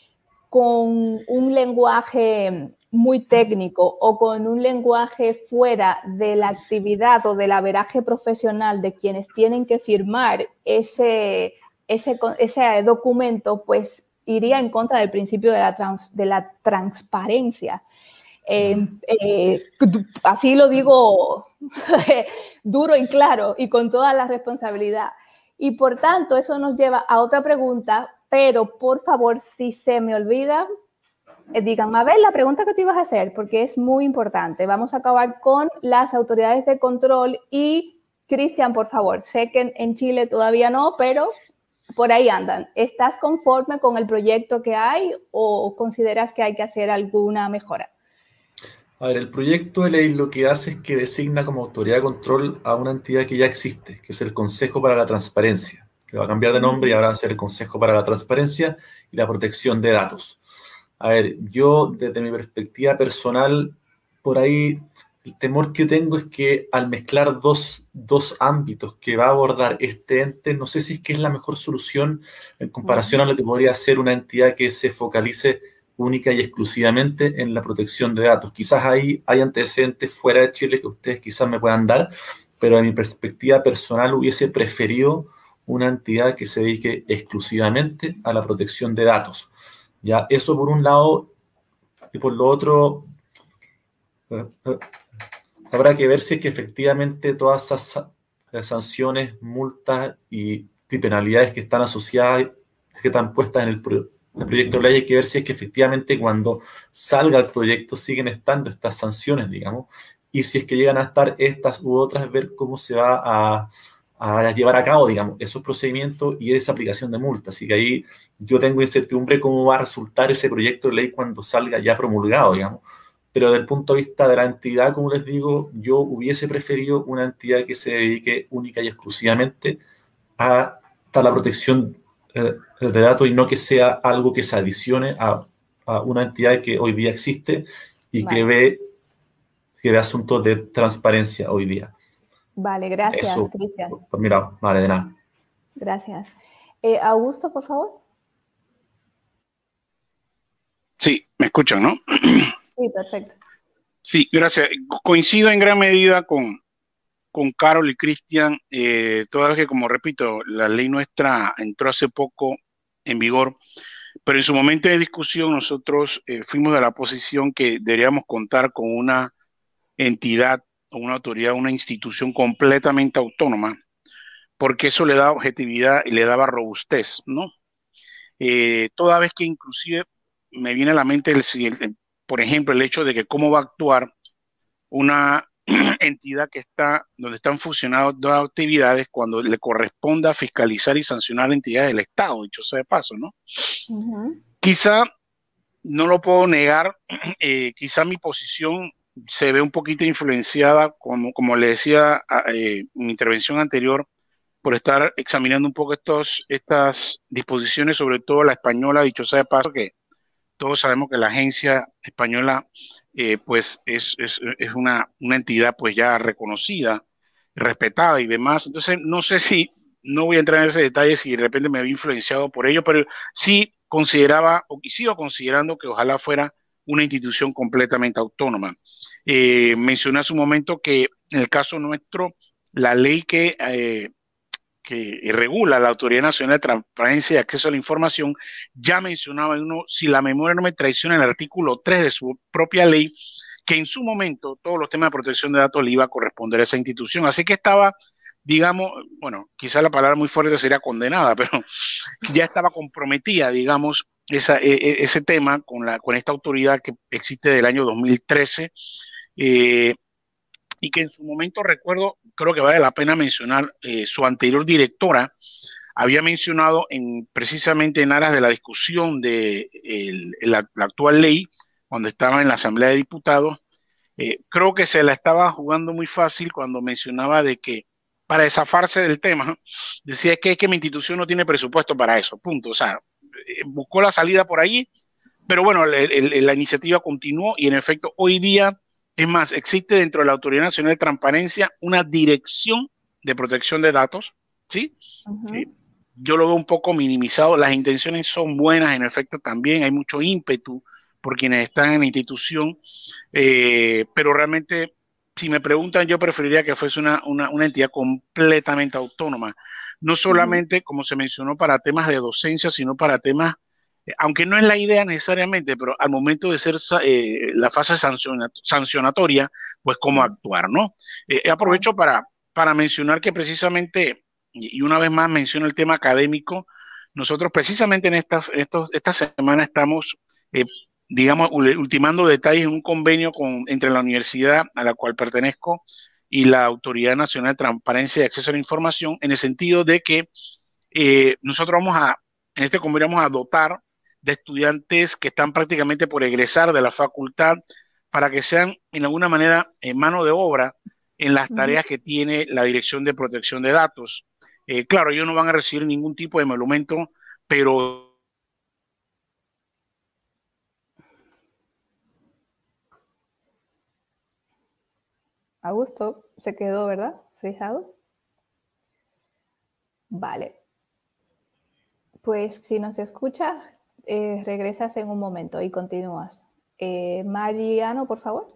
con un lenguaje muy técnico o con un lenguaje fuera de la actividad o del averaje profesional de quienes tienen que firmar ese documento, pues iría en contra del principio de la transparencia. Así lo digo duro y claro y con toda la responsabilidad. Y por tanto, eso nos lleva a otra pregunta, pero por favor, si se me olvida, digan, Mabel, la pregunta que tú ibas a hacer, porque es muy importante. Vamos a acabar con las autoridades de control y, Cristian, por favor, sé que en Chile todavía no, pero por ahí andan. ¿Estás conforme con el proyecto que hay o consideras que hay que hacer alguna mejora? A ver, el proyecto de ley lo que hace es que designa como autoridad de control a una entidad que ya existe, que es el Consejo para la Transparencia, que va a cambiar de nombre y ahora va a ser el Consejo para la Transparencia y la Protección de Datos. A ver, yo desde mi perspectiva personal, por ahí el temor que tengo es que al mezclar dos ámbitos que va a abordar este ente, no sé si es que es la mejor solución en comparación a lo que podría ser una entidad que se focalice única y exclusivamente en la protección de datos. Quizás ahí hay antecedentes fuera de Chile que ustedes quizás me puedan dar, pero de mi perspectiva personal hubiese preferido una entidad que se dedique exclusivamente a la protección de datos. Ya, eso por un lado, y por lo otro, habrá que ver si es que efectivamente todas esas sanciones, multas y penalidades que están asociadas, que están puestas en el proyecto de ley, hay que ver si es que efectivamente cuando salga el proyecto siguen estando estas sanciones, digamos, y si es que llegan a estar estas u otras, ver cómo se va a llevar a cabo, digamos, esos procedimientos y esa aplicación de multa. Así que ahí yo tengo incertidumbre cómo va a resultar ese proyecto de ley cuando salga ya promulgado, digamos. Pero desde el punto de vista de la entidad, como les digo, yo hubiese preferido una entidad que se dedique única y exclusivamente a la protección de datos y no que sea algo que se adicione a una entidad que hoy día existe y Vale. que ve asuntos de transparencia hoy día. Vale, gracias, Cristian. Mira, vale, de nada. Gracias. Augusto, por favor. Sí, me escuchan, ¿no? Sí, perfecto. Sí, gracias. Coincido en gran medida con Carol y Cristian, toda vez que, como repito, la ley nuestra entró hace poco en vigor, pero en su momento de discusión nosotros fuimos de la posición que deberíamos contar con una entidad, una autoridad, una institución completamente autónoma, porque eso le da objetividad y le daba robustez, ¿no? Toda vez que inclusive me viene a la mente, por ejemplo, el hecho de que cómo va a actuar una entidad que está, donde están fusionando dos actividades cuando le corresponda fiscalizar y sancionar entidades del Estado, dicho sea de paso, ¿no? Quizá, no lo puedo negar, quizá mi posición se ve un poquito influenciada, como le decía en mi intervención anterior, por estar examinando un poco estas disposiciones, sobre todo la española, dicho sea de paso, que todos sabemos que la agencia española pues es una entidad pues ya reconocida, respetada y demás. Entonces, no sé si, no voy a entrar en ese detalle si de repente me había influenciado por ello, pero sí consideraba y sigo considerando que ojalá fuera una institución completamente autónoma. Mencioné hace un momento que en el caso nuestro, la ley que regula la Autoridad Nacional de Transparencia y Acceso a la Información, ya mencionaba uno, si la memoria no me traiciona, en el artículo 3 de su propia ley, que en su momento todos los temas de protección de datos le iba a corresponder a esa institución. Así que estaba, digamos, bueno, quizá la palabra muy fuerte sería condenada, pero ya estaba comprometida, digamos, ese tema con esta autoridad que existe del año 2013. Y que en su momento recuerdo, creo que vale la pena mencionar, su anterior directora había mencionado precisamente en aras de la discusión de la actual ley, cuando estaba en la Asamblea de Diputados, creo que se la estaba jugando muy fácil cuando mencionaba de que para desafarse del tema, decía que es que mi institución no tiene presupuesto para eso, punto. O sea, buscó la salida por allí, pero bueno, la iniciativa continuó y en efecto hoy día, es más, existe dentro de la Autoridad Nacional de Transparencia una dirección de protección de datos, ¿sí? Yo lo veo un poco minimizado, las intenciones son buenas, en efecto también hay mucho ímpetu por quienes están en la institución, pero realmente, si me preguntan, yo preferiría que fuese una entidad completamente autónoma, no solamente, como se mencionó, para temas de docencia, sino para temas, aunque no es la idea necesariamente, pero al momento de ser la fase sancionatoria, pues cómo actuar, ¿no? Aprovecho para mencionar que precisamente, y una vez más menciono el tema académico, nosotros precisamente en esta semana estamos, digamos, ultimando detalles en un convenio entre la universidad a la cual pertenezco y la Autoridad Nacional de Transparencia y Acceso a la Información, en el sentido de que nosotros en este convenio vamos a dotar de estudiantes que están prácticamente por egresar de la facultad para que sean, en alguna manera, mano de obra en las tareas que tiene la Dirección de Protección de Datos. Claro, ellos no van a recibir ningún tipo de emolumento, pero... Augusto, se quedó, ¿verdad? Frisado. Vale. Pues si nos escucha, regresas en un momento y continúas. Mariano, por favor.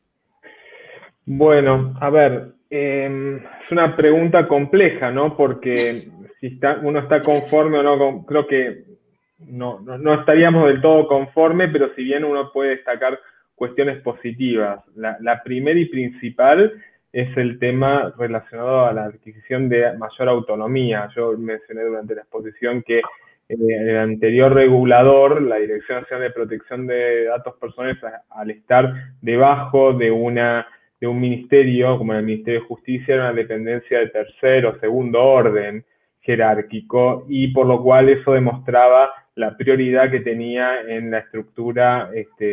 Bueno, a ver, es una pregunta compleja, ¿no? Porque si uno está conforme o no, creo que no estaríamos del todo conforme, pero si bien uno puede destacar cuestiones positivas. La primera y principal es el tema relacionado a la adquisición de mayor autonomía. Yo mencioné durante la exposición que el anterior regulador, la Dirección Nacional de Protección de Datos Personales, al estar debajo de de un ministerio, como el Ministerio de Justicia, era una dependencia de tercer o segundo orden jerárquico, y por lo cual eso demostraba la prioridad que tenía en la estructura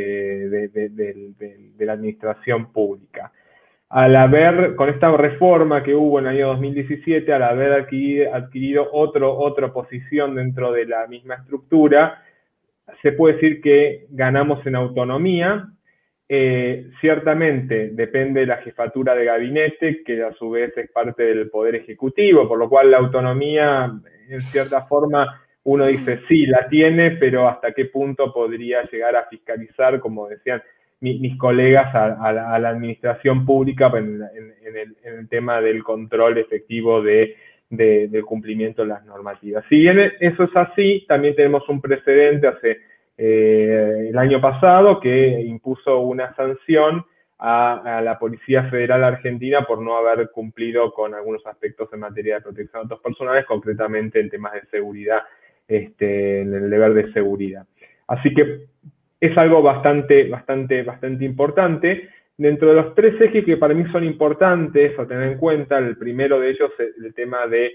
de la administración pública. Al haber, con esta reforma que hubo en el año 2017, al haber adquirido otra posición dentro de la misma estructura, se puede decir que ganamos en autonomía. Ciertamente depende de la jefatura de gabinete, que a su vez es parte del Poder Ejecutivo, por lo cual la autonomía, en cierta forma, uno dice sí, la tiene, pero hasta qué punto podría llegar a fiscalizar, como decían mis colegas, a la administración pública en el tema del control efectivo del cumplimiento de las normativas. Si bien eso es así, también tenemos un precedente el año pasado que impuso una sanción a la Policía Federal Argentina por no haber cumplido con algunos aspectos en materia de protección de datos personales, concretamente en temas de seguridad, en el deber de seguridad. Así que es algo bastante importante. Dentro de los tres ejes que para mí son importantes a tener en cuenta, el primero de ellos es el tema de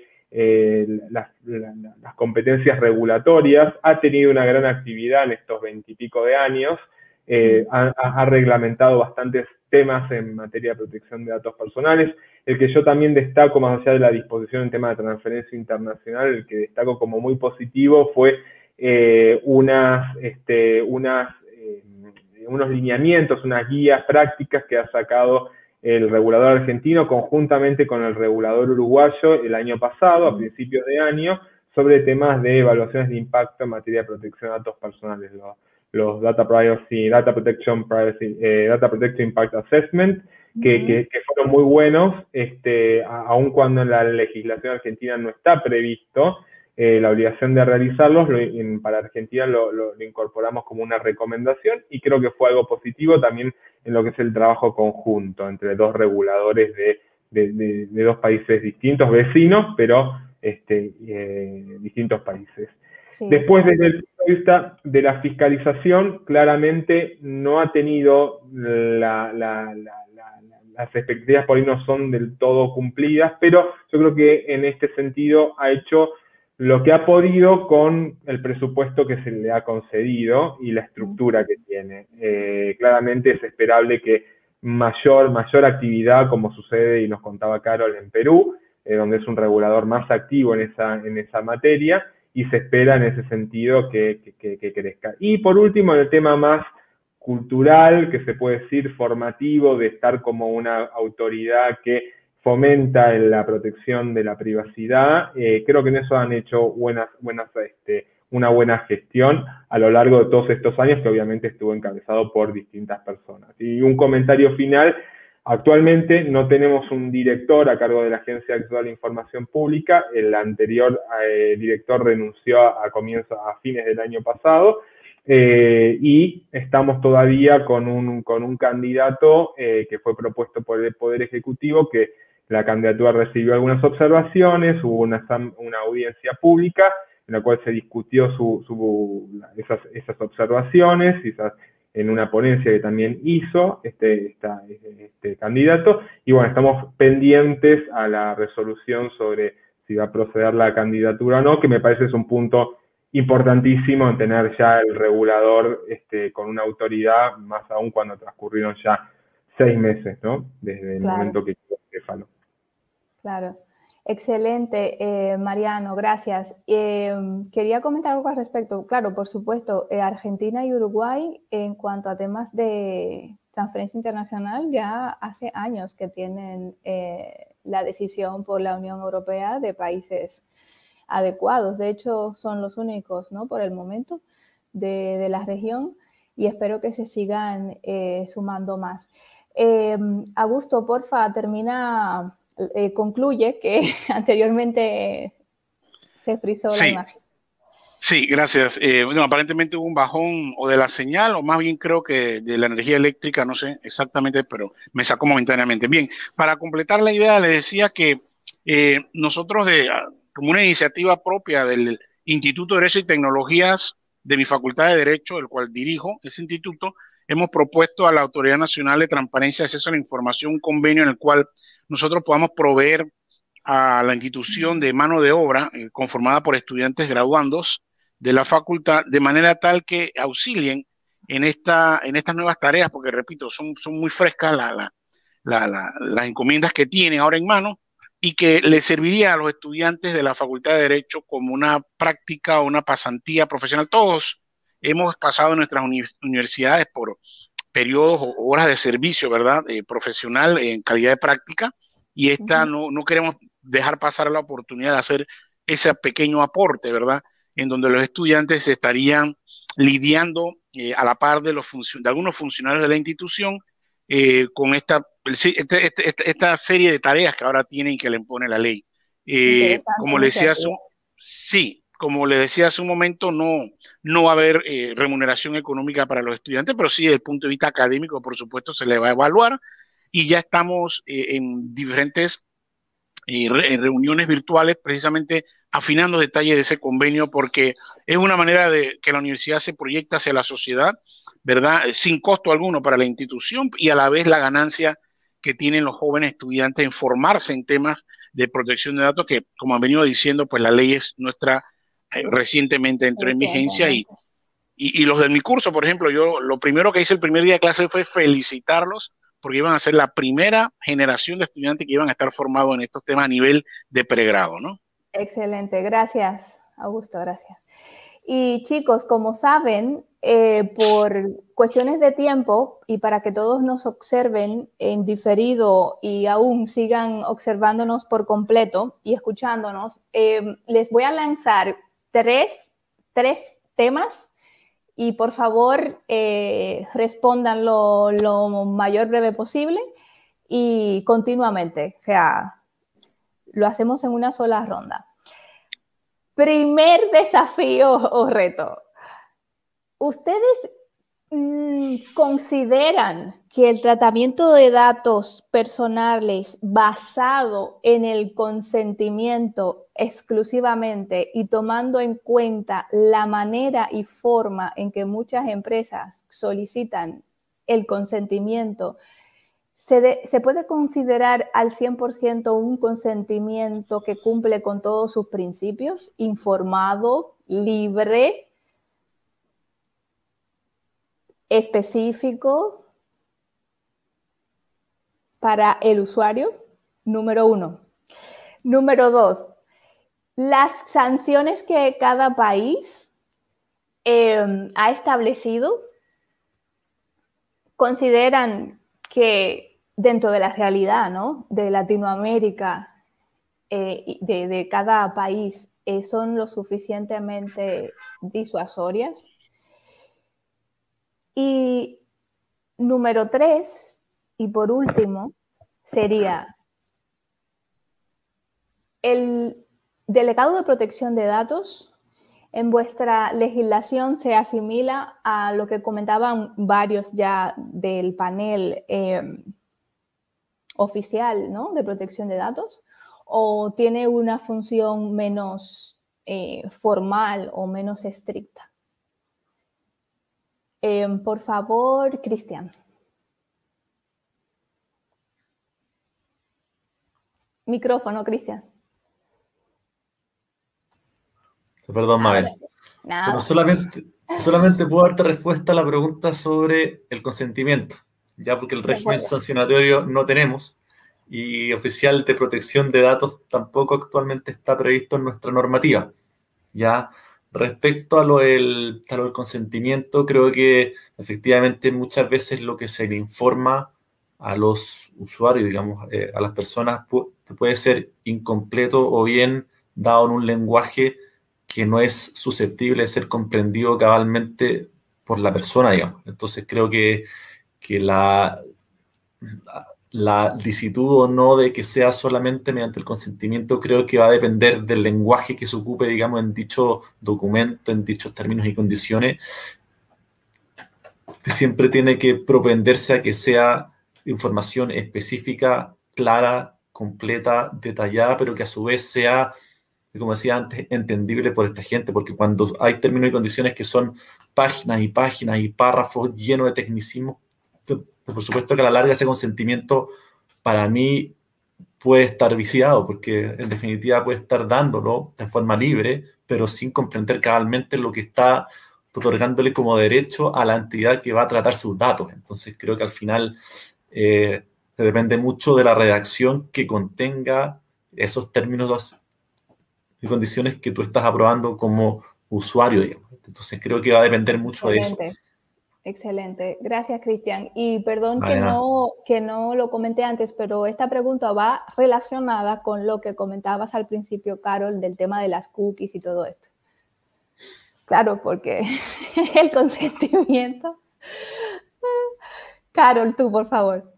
las competencias regulatorias. Ha tenido una gran actividad en estos 20 y pico de años, ha reglamentado bastantes temas en materia de protección de datos personales. El que yo también destaco, más allá de la disposición en tema de transferencia internacional, el que destaco como muy positivo fue unos lineamientos, unas guías prácticas que ha sacado el regulador argentino conjuntamente con el regulador uruguayo el año pasado, a principios de año, sobre temas de evaluaciones de impacto en materia de protección de datos personales, los Data Protection Impact Assessment, que fueron muy buenos, aun cuando en la legislación argentina no está previsto la obligación de realizarlos. Para Argentina lo incorporamos como una recomendación, y creo que fue algo positivo también en lo que es el trabajo conjunto entre dos reguladores de dos países distintos, vecinos, pero distintos países. Sí, después, desde el punto de vista de la fiscalización, claramente no ha tenido las expectativas por ahí no son del todo cumplidas, pero yo creo que en este sentido ha hecho lo que ha podido con el presupuesto que se le ha concedido y la estructura que tiene. Claramente es esperable que mayor actividad, como sucede y nos contaba Carol en Perú, donde es un regulador más activo en esa materia, y se espera en ese sentido que crezca. Y por último, en el tema más cultural, que se puede decir formativo, de estar como una autoridad que fomenta en la protección de la privacidad, creo que en eso han hecho una buena gestión a lo largo de todos estos años, que obviamente estuvo encabezado por distintas personas. Y un comentario final: actualmente no tenemos un director a cargo de la Agencia Actual de Información Pública. El anterior director renunció a fines del año pasado, y estamos todavía con un candidato que fue propuesto por el Poder Ejecutivo, que la candidatura recibió algunas observaciones, hubo una audiencia pública en la cual se discutió esas observaciones, en una ponencia que también hizo este candidato, y bueno, estamos pendientes a la resolución sobre si va a proceder la candidatura o no, que me parece es un punto importantísimo en tener ya el regulador con una autoridad, más aún cuando transcurrieron ya 6 meses, ¿no? Desde el momento que quedó Stefano. Claro. Excelente, Mariano, gracias. Quería comentar algo al respecto. Claro, por supuesto, Argentina y Uruguay, en cuanto a temas de transferencia internacional, ya hace años que tienen la decisión por la Unión Europea de países adecuados. De hecho, son los únicos, ¿no?, por el momento, de la región, y espero que se sigan sumando más. Augusto, porfa, concluye, que anteriormente se frizó la imagen. Sí, gracias. Bueno, aparentemente hubo un bajón o de la señal, o más bien creo que de la energía eléctrica, no sé exactamente, pero me sacó momentáneamente. Bien, para completar la idea, le decía que nosotros, como una iniciativa propia del Instituto de Derecho y Tecnologías de mi Facultad de Derecho, el cual dirijo, ese instituto, hemos propuesto a la Autoridad Nacional de Transparencia y Acceso a la Información un convenio en el cual nosotros podamos proveer a la institución de mano de obra conformada por estudiantes graduandos de la facultad, de manera tal que auxilien en estas nuevas tareas, porque repito, son muy frescas las encomiendas que tienen ahora en mano, y que les serviría a los estudiantes de la Facultad de Derecho como una práctica o una pasantía profesional. Todos hemos pasado en nuestras universidades por periodos o horas de servicio, ¿verdad? Profesional en calidad de práctica, y no queremos dejar pasar la oportunidad de hacer ese pequeño aporte, ¿verdad? En donde los estudiantes estarían lidiando a la par de algunos funcionarios de la institución con esta serie de tareas que ahora tienen y que le impone la ley. Como le decía como le decía hace un momento, no va a haber remuneración económica para los estudiantes, pero sí desde el punto de vista académico, por supuesto, se le va a evaluar, y ya estamos en diferentes reuniones virtuales, precisamente afinando detalles de ese convenio, porque es una manera de que la universidad se proyecta hacia la sociedad, ¿verdad? Sin costo alguno para la institución, y a la vez la ganancia que tienen los jóvenes estudiantes en formarse en temas de protección de datos, que, como han venido diciendo, pues la ley es nuestra, recientemente entró en vigencia, y los de mi curso, por ejemplo, yo lo primero que hice el primer día de clase fue felicitarlos, porque iban a ser la primera generación de estudiantes que iban a estar formados en estos temas a nivel de pregrado, ¿no? Excelente, gracias, Augusto, gracias. Y chicos, como saben, por cuestiones de tiempo y para que todos nos observen en diferido y aún sigan observándonos por completo y escuchándonos, les voy a lanzar tres temas, y por favor respondan lo mayor breve posible y continuamente, o sea, lo hacemos en una sola ronda. Primer desafío o reto. ¿Ustedes consideran que el tratamiento de datos personales basado en el consentimiento exclusivamente y tomando en cuenta la manera y forma en que muchas empresas solicitan el consentimiento, se puede considerar al 100% un consentimiento que cumple con todos sus principios, informado, libre, específico para el usuario? Número 1. Número 2, las sanciones que cada país ha establecido, ¿consideran que dentro de la realidad, ¿no?, de Latinoamérica, de cada país, son lo suficientemente disuasorias? Y número 3, y por último, sería el delegado de protección de datos. En vuestra legislación se asimila a lo que comentaban varios ya del panel oficial, ¿no?, de protección de datos, o tiene una función menos formal o menos estricta. Por favor, Cristian. Micrófono, Cristian. Perdón, Mabel. Bueno, solamente puedo darte respuesta a la pregunta sobre el consentimiento, ya porque el régimen sancionatorio no tenemos, y oficial de protección de datos tampoco actualmente está previsto en nuestra normativa. Ya respecto a lo del consentimiento, creo que efectivamente muchas veces lo que se le informa a los usuarios, digamos, a las personas, puede ser incompleto o bien dado en un lenguaje que no es susceptible de ser comprendido cabalmente por la persona, digamos. Entonces creo que la licitud o no de que sea solamente mediante el consentimiento, creo que va a depender del lenguaje que se ocupe, digamos, en dicho documento, en dichos términos y condiciones. Siempre tiene que propenderse a que sea información específica, clara, completa, detallada, pero que a su vez sea como decía antes, entendible por esta gente, porque cuando hay términos y condiciones que son páginas y páginas y párrafos llenos de tecnicismos, por supuesto que a la larga ese consentimiento para mí puede estar viciado, porque en definitiva puede estar dándolo de forma libre, pero sin comprender cabalmente lo que está otorgándole como derecho a la entidad que va a tratar sus datos. Entonces creo que al final depende mucho de la redacción que contenga esos términos y condiciones que tú estás aprobando como usuario, digamos. Entonces creo que va a depender mucho de eso. Excelente. Gracias, Cristian. Y perdón que no lo comenté antes, pero esta pregunta va relacionada con lo que comentabas al principio, Carol, del tema de las cookies y todo esto. Claro, porque el consentimiento. Carol, tú, por favor.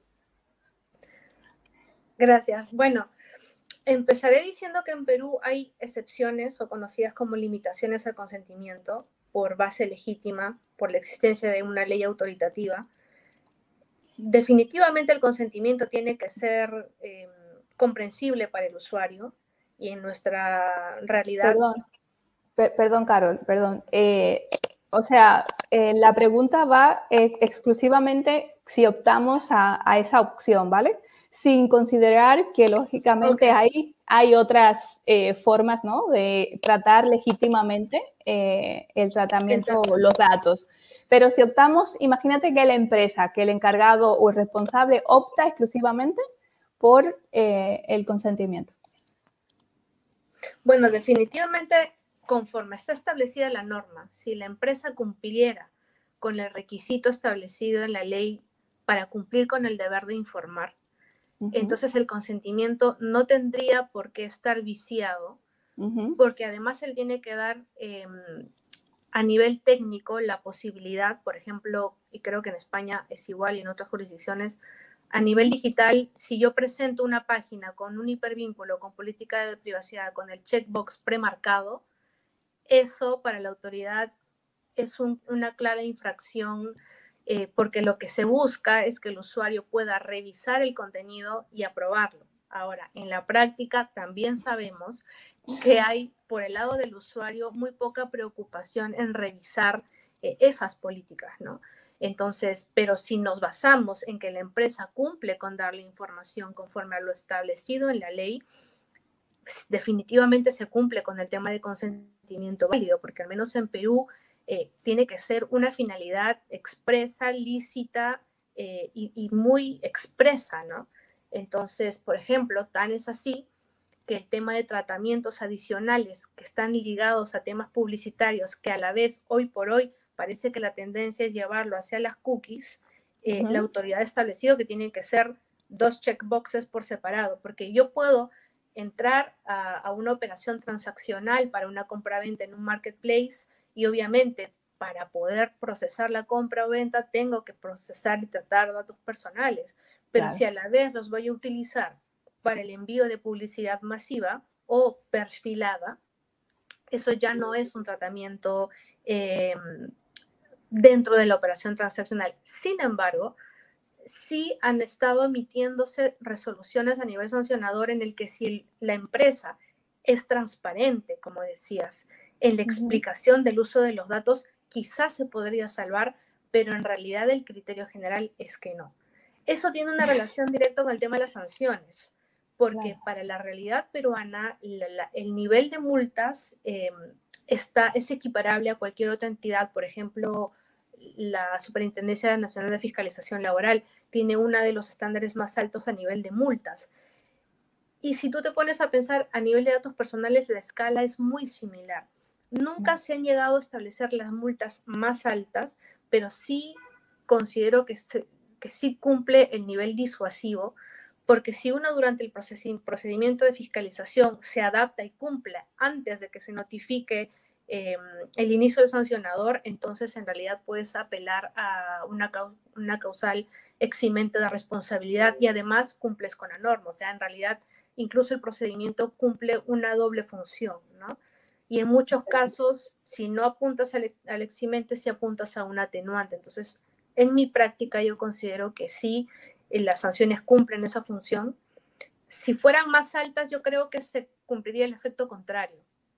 Gracias. Bueno, empezaré diciendo que en Perú hay excepciones o conocidas como limitaciones al consentimiento por base legítima, por la existencia de una ley autoritativa. Definitivamente el consentimiento tiene que ser comprensible para el usuario y en nuestra realidad... Perdón, Carol, perdón. O sea, la pregunta va exclusivamente si optamos a esa opción, ¿vale? Sin considerar que, lógicamente, hay otras formas, ¿no?, de tratar legítimamente el tratamiento o los datos. Pero si optamos, imagínate que la empresa, que el encargado o el responsable opta exclusivamente por el consentimiento. Bueno, definitivamente, conforme está establecida la norma, si la empresa cumpliera con el requisito establecido en la ley para cumplir con el deber de informar, entonces el consentimiento no tendría por qué estar viciado, porque además él tiene que dar a nivel técnico la posibilidad, por ejemplo, y creo que en España es igual y en otras jurisdicciones, a nivel digital, si yo presento una página con un hipervínculo, con política de privacidad, con el checkbox premarcado, eso para la autoridad es una clara infracción porque lo que se busca es que el usuario pueda revisar el contenido y aprobarlo. Ahora, en la práctica también sabemos que hay, por el lado del usuario, muy poca preocupación en revisar esas políticas, ¿no? Entonces, pero si nos basamos en que la empresa cumple con darle información conforme a lo establecido en la ley, pues, definitivamente se cumple con el tema de consentimiento válido, porque al menos en Perú tiene que ser una finalidad expresa, lícita y muy expresa, ¿no? Entonces, por ejemplo, tan es así que el tema de tratamientos adicionales que están ligados a temas publicitarios, que a la vez, hoy por hoy, parece que la tendencia es llevarlo hacia las cookies, la autoridad ha establecido que tienen que ser 2 checkboxes por separado, porque yo puedo entrar a una operación transaccional para una compra-venta en un marketplace y obviamente para poder procesar la compra o venta tengo que procesar y tratar datos personales, pero claro, si a la vez los voy a utilizar para el envío de publicidad masiva o perfilada, eso ya no es un tratamiento dentro de la operación transaccional. Sin embargo, sí han estado emitiéndose resoluciones a nivel sancionador en el que si la empresa es transparente, como decías, en la explicación del uso de los datos, quizás se podría salvar, pero en realidad el criterio general es que no. Eso tiene una relación directa con el tema de las sanciones, porque claro, para la realidad peruana el nivel de multas es equiparable a cualquier otra entidad. Por ejemplo, la Superintendencia Nacional de Fiscalización Laboral tiene uno de los estándares más altos a nivel de multas. Y si tú te pones a pensar a nivel de datos personales, la escala es muy similar. Nunca se han llegado a establecer las multas más altas, pero sí considero que sí cumple el nivel disuasivo, porque si uno durante el procedimiento de fiscalización se adapta y cumple antes de que se notifique el inicio del sancionador, entonces en realidad puedes apelar a una causal eximente de responsabilidad y además cumples con la norma. O sea, en realidad incluso el procedimiento cumple una doble función, ¿no? Y en muchos casos, si no apuntas al eximente, sí apuntas a un atenuante. Entonces, en mi práctica yo considero que sí, las sanciones cumplen esa función. Si fueran más altas, yo creo que se cumpliría el efecto contrario,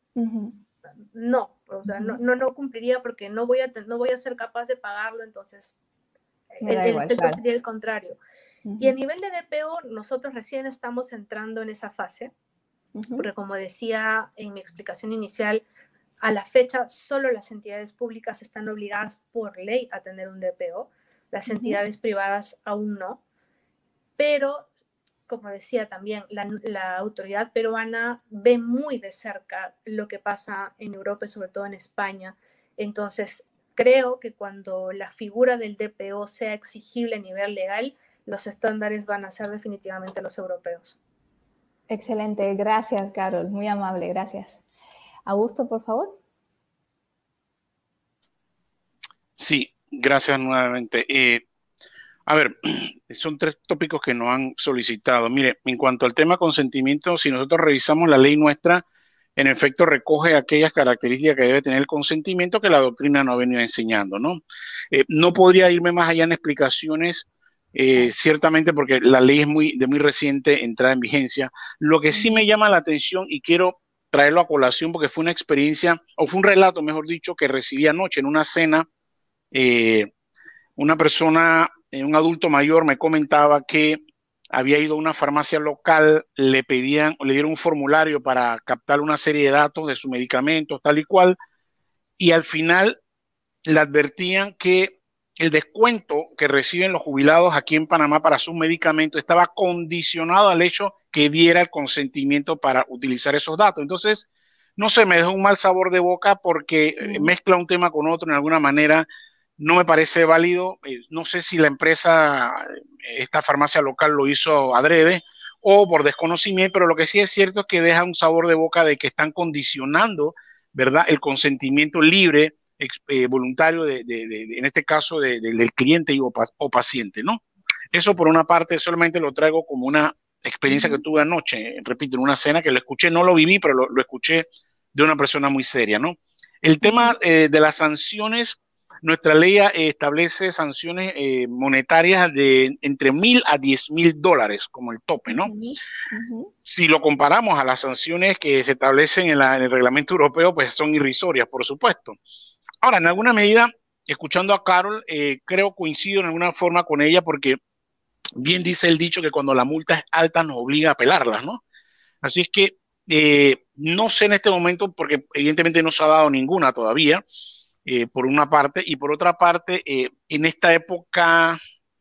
No, o sea, no cumpliría porque no voy a ser capaz de pagarlo, entonces el efecto sería el contrario. Y a nivel de DPO, nosotros recién estamos entrando en esa fase, porque como decía en mi explicación inicial, a la fecha solo las entidades públicas están obligadas por ley a tener un DPO, las entidades privadas aún no, pero como decía también, la autoridad peruana ve muy de cerca lo que pasa en Europa y sobre todo en España. Entonces, creo que cuando la figura del DPO sea exigible a nivel legal, los estándares van a ser definitivamente los europeos. Excelente, gracias, Carol, muy amable, gracias. Augusto, por favor. Sí, gracias nuevamente. A ver, son 3 tópicos que nos han solicitado. Mire, en cuanto al tema consentimiento, si nosotros revisamos la ley nuestra, en efecto recoge aquellas características que debe tener el consentimiento que la doctrina nos ha venido enseñando, ¿no? No podría irme más allá en explicaciones, ciertamente porque la ley es de muy reciente entrada en vigencia. Lo que sí me llama la atención y quiero traerlo a colación porque fue una experiencia, o fue un relato, mejor dicho, que recibí anoche en una cena. Una persona, un adulto mayor, me comentaba que había ido a una farmacia local, le dieron un formulario para captar una serie de datos de sus medicamentos, tal y cual, y al final le advertían que el descuento que reciben los jubilados aquí en Panamá para sus medicamentos estaba condicionado al hecho que diera el consentimiento para utilizar esos datos. Entonces, no sé, me dejó un mal sabor de boca porque mezcla un tema con otro en alguna manera. No me parece válido. No sé si la empresa, esta farmacia local, lo hizo adrede o por desconocimiento, pero lo que sí es cierto es que deja un sabor de boca de que están condicionando, ¿verdad?, el consentimiento libre, voluntario, en este caso, del cliente o paciente, ¿no? Eso por una parte solamente lo traigo como una experiencia que tuve anoche, repito, en una cena que lo escuché, no lo viví, pero lo escuché de una persona muy seria, ¿no? El tema de las sanciones, nuestra ley establece sanciones monetarias de entre $1,000 a $10,000 como el tope, ¿no? Si lo comparamos a las sanciones que se establecen en el reglamento europeo, pues son irrisorias, por supuesto. Ahora, en alguna medida, escuchando a Carol, creo coincido en alguna forma con ella porque bien dice el dicho que cuando la multa es alta nos obliga a apelarlas, ¿no? Así es que no sé en este momento, porque evidentemente no se ha dado ninguna todavía, por una parte, y por otra parte, en esta época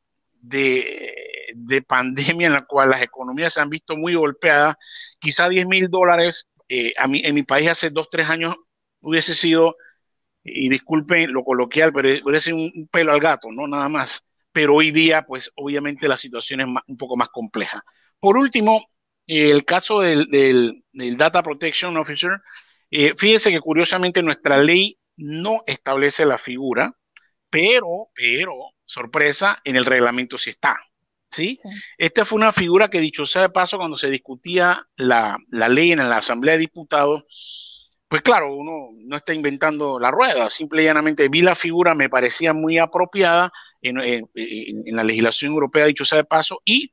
de pandemia en la cual las economías se han visto muy golpeadas, quizá $10,000 en mi país hace 2, 3 años hubiese sido, y disculpen lo coloquial, pero hubiese sido un pelo al gato, ¿no? Nada más. Pero hoy día, pues obviamente la situación es un poco más compleja. Por último, el caso del Data Protection Officer, fíjese que curiosamente nuestra ley no establece la figura, pero, sorpresa, en el reglamento sí está. ¿Sí? Esta fue una figura que, dicho sea de paso, cuando se discutía la ley en la Asamblea de Diputados, pues claro, uno no está inventando la rueda, simple y llanamente vi la figura, me parecía muy apropiada en la legislación europea, dicho sea de paso, y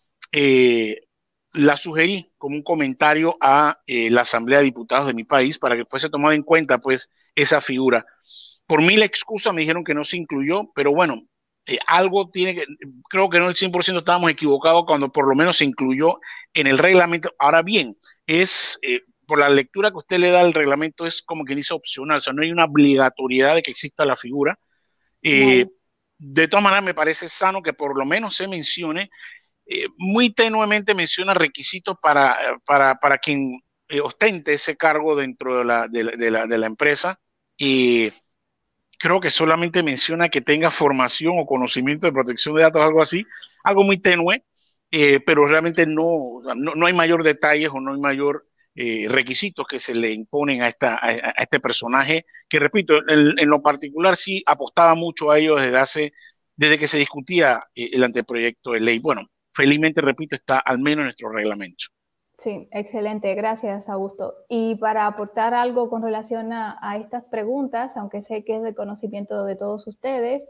la sugerí como un comentario a la Asamblea de Diputados de mi país para que fuese tomada en cuenta pues esa figura. Por 1000 excusas me dijeron que no se incluyó, pero bueno, algo tiene que, creo que no el 100% estábamos equivocados cuando por lo menos se incluyó en el reglamento. Ahora bien, es por la lectura que usted le da al reglamento es como que dice opcional, o sea, no hay una obligatoriedad de que exista la figura. De todas maneras, me parece sano que por lo menos se mencione, muy tenuemente menciona requisitos para quien ostente ese cargo dentro de la empresa, y creo que solamente menciona que tenga formación o conocimiento de protección de datos, algo así, algo muy tenue, pero realmente no hay mayor detalles o no hay mayor requisitos que se le imponen a este personaje, que repito, en lo particular sí apostaba mucho a ello desde que se discutía el anteproyecto de ley. Bueno, felizmente, repito, está al menos en nuestro reglamento. Sí, excelente, gracias, Augusto. Y para aportar algo con relación a estas preguntas, aunque sé que es de conocimiento de todos ustedes,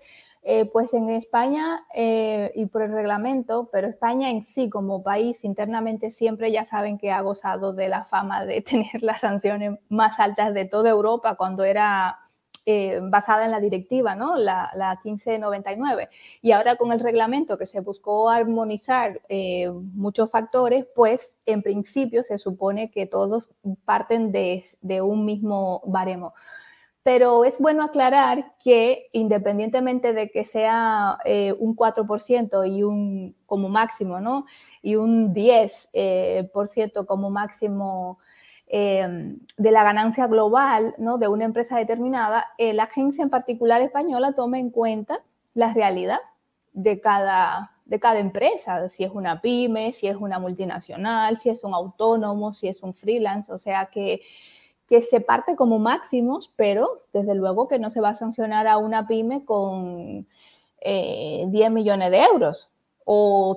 Pues en España, y por el reglamento, pero España en sí como país internamente siempre ya saben que ha gozado de la fama de tener las sanciones más altas de toda Europa cuando era basada en la directiva, ¿no? La 1599. Y ahora con el reglamento que se buscó armonizar muchos factores, pues en principio se supone que todos parten de un mismo baremo. Pero es bueno aclarar que independientemente de que sea un 4% y un como máximo, ¿no? Y un 10% como máximo de la ganancia global, ¿no? De una empresa determinada, la agencia en particular española toma en cuenta la realidad de cada empresa, si es una pyme, si es una multinacional, si es un autónomo, si es un freelance, o sea que se parte como máximos, pero desde luego que no se va a sancionar a una pyme con 10 millones de euros o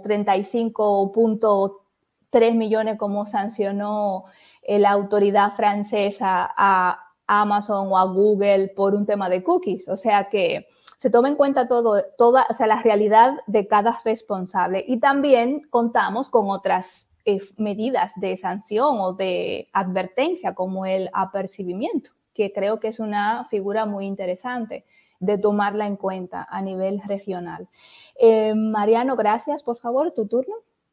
35.3 millones como sancionó la autoridad francesa a Amazon o a Google por un tema de cookies. O sea que se toma en cuenta toda o sea, la realidad de cada responsable. Y también contamos con otras medidas de sanción o de advertencia como el apercibimiento, que creo que es una figura muy interesante de tomarla en cuenta a nivel regional. Mariano, gracias, por favor, tu turno.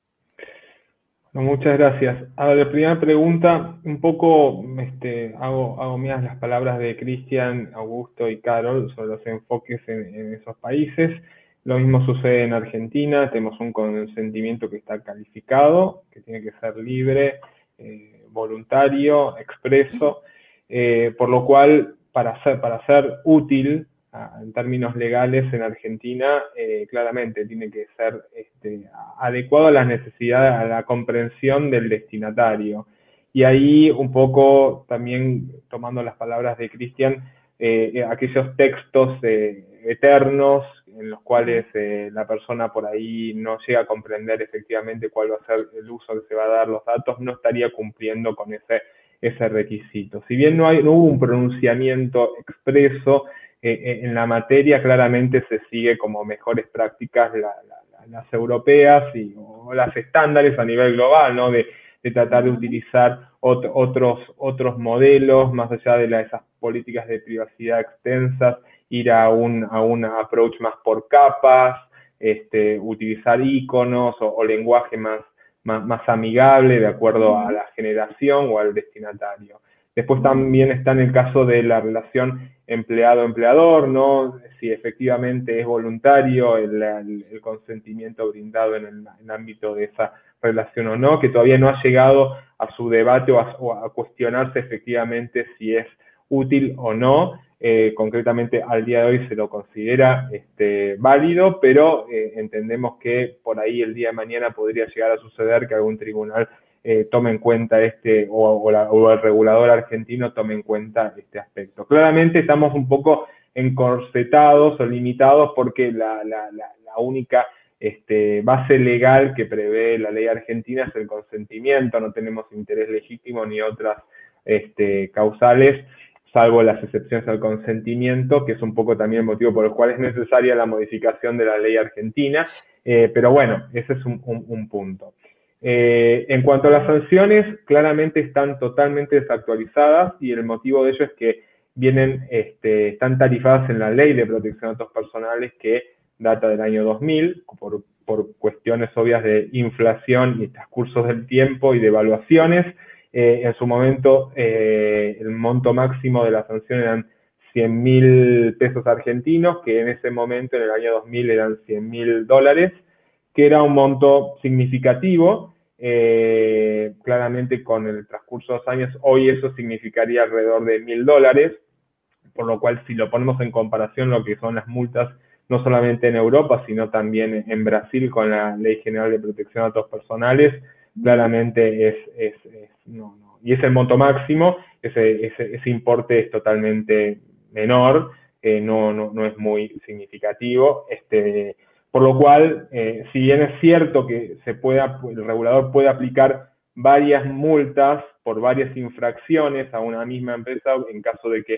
No, muchas gracias. A ver, la primera pregunta, un poco hago mías las palabras de Cristian, Augusto y Carol sobre los enfoques en esos países. Lo mismo sucede en Argentina, tenemos un consentimiento que está calificado, que tiene que ser libre, voluntario, expreso, por lo cual para ser útil en términos legales en Argentina, claramente tiene que ser adecuado a las necesidades, a la comprensión del destinatario. Y ahí un poco también tomando las palabras de Cristian, aquellos textos eternos en los cuales la persona por ahí no llega a comprender efectivamente cuál va a ser el uso que se va a dar los datos, no estaría cumpliendo con ese requisito. Si bien no hubo un pronunciamiento expreso en la materia, claramente se sigue como mejores prácticas las europeas o las estándares a nivel global, ¿no? De tratar de utilizar otros modelos, más allá de esas políticas de privacidad extensas, ir a un approach más por capas, utilizar iconos o lenguaje más amigable de acuerdo a la generación o al destinatario. Después también está en el caso de la relación empleado-empleador, ¿no? Si efectivamente es voluntario el consentimiento brindado en el ámbito de esa relación o no, que todavía no ha llegado a su debate o a cuestionarse efectivamente si es útil o no. Concretamente al día de hoy se lo considera válido, pero entendemos que por ahí el día de mañana podría llegar a suceder que algún tribunal tome en cuenta o el regulador argentino tome en cuenta este aspecto. Claramente estamos un poco encorsetados o limitados porque la única base legal que prevé la ley argentina es el consentimiento, no tenemos interés legítimo ni otras causales, salvo las excepciones al consentimiento, que es un poco también el motivo por el cual es necesaria la modificación de la ley argentina, pero bueno, ese es un punto. En cuanto a las sanciones, claramente están totalmente desactualizadas y el motivo de ello es que están tarifadas en la Ley de Protección de Datos Personales que data del año 2000, por cuestiones obvias de inflación y transcursos del tiempo y de evaluaciones. En su momento, el monto máximo de la sanción eran 100.000 pesos argentinos, que en ese momento, en el año 2000, eran $100.000, que era un monto significativo. Claramente, con el transcurso de los años, hoy eso significaría alrededor de $1.000, por lo cual, si lo ponemos en comparación lo que son las multas, no solamente en Europa, sino también en Brasil con la Ley General de Protección de Datos Personales, claramente no. Y ese monto máximo, ese importe es totalmente menor, no es muy significativo, por lo cual, si bien es cierto que el regulador puede aplicar varias multas por varias infracciones a una misma empresa, en caso de que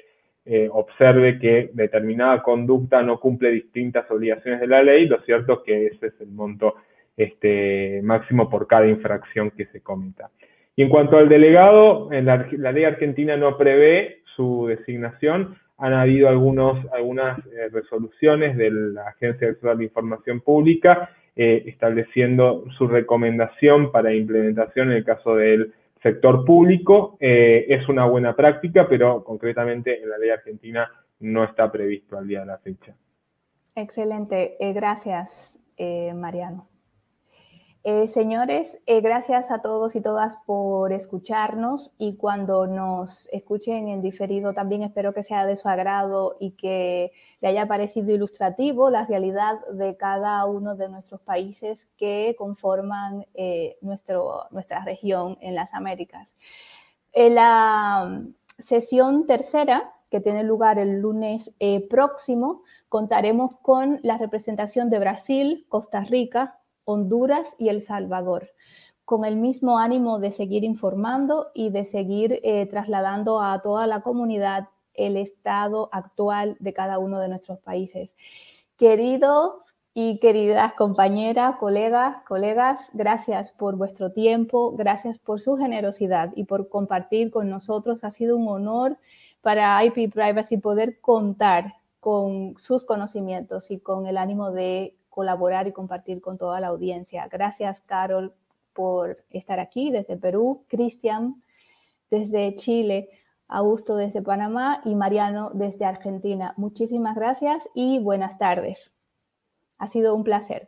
observe que determinada conducta no cumple distintas obligaciones de la ley, lo cierto es que ese es el monto máximo por cada infracción que se cometa. Y en cuanto al delegado, la ley argentina no prevé su designación. Han habido algunas resoluciones de la Agencia Nacional de Información Pública estableciendo su recomendación para implementación en el caso del sector público. Es una buena práctica, pero concretamente en la ley argentina no está previsto al día de la fecha. Excelente. Gracias, Mariano. Señores, gracias a todos y todas por escucharnos, y cuando nos escuchen en diferido también espero que sea de su agrado y que le haya parecido ilustrativo la realidad de cada uno de nuestros países que conforman nuestra región en las Américas. En la sesión tercera, que tiene lugar el lunes próximo, contaremos con la representación de Brasil, Costa Rica, Honduras y El Salvador, con el mismo ánimo de seguir informando y de seguir trasladando a toda la comunidad el estado actual de cada uno de nuestros países. Queridos y queridas compañeras, colegas, gracias por vuestro tiempo, gracias por su generosidad y por compartir con nosotros. Ha sido un honor para IP Privacy poder contar con sus conocimientos y con el ánimo de colaborar y compartir con toda la audiencia. Gracias, Carol, por estar aquí desde Perú, Cristian desde Chile, Augusto desde Panamá y Mariano desde Argentina. Muchísimas gracias y buenas tardes. Ha sido un placer.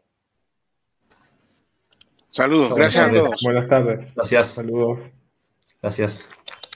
Saludos, gracias a todos. Buenas tardes. Gracias. Saludos. Gracias.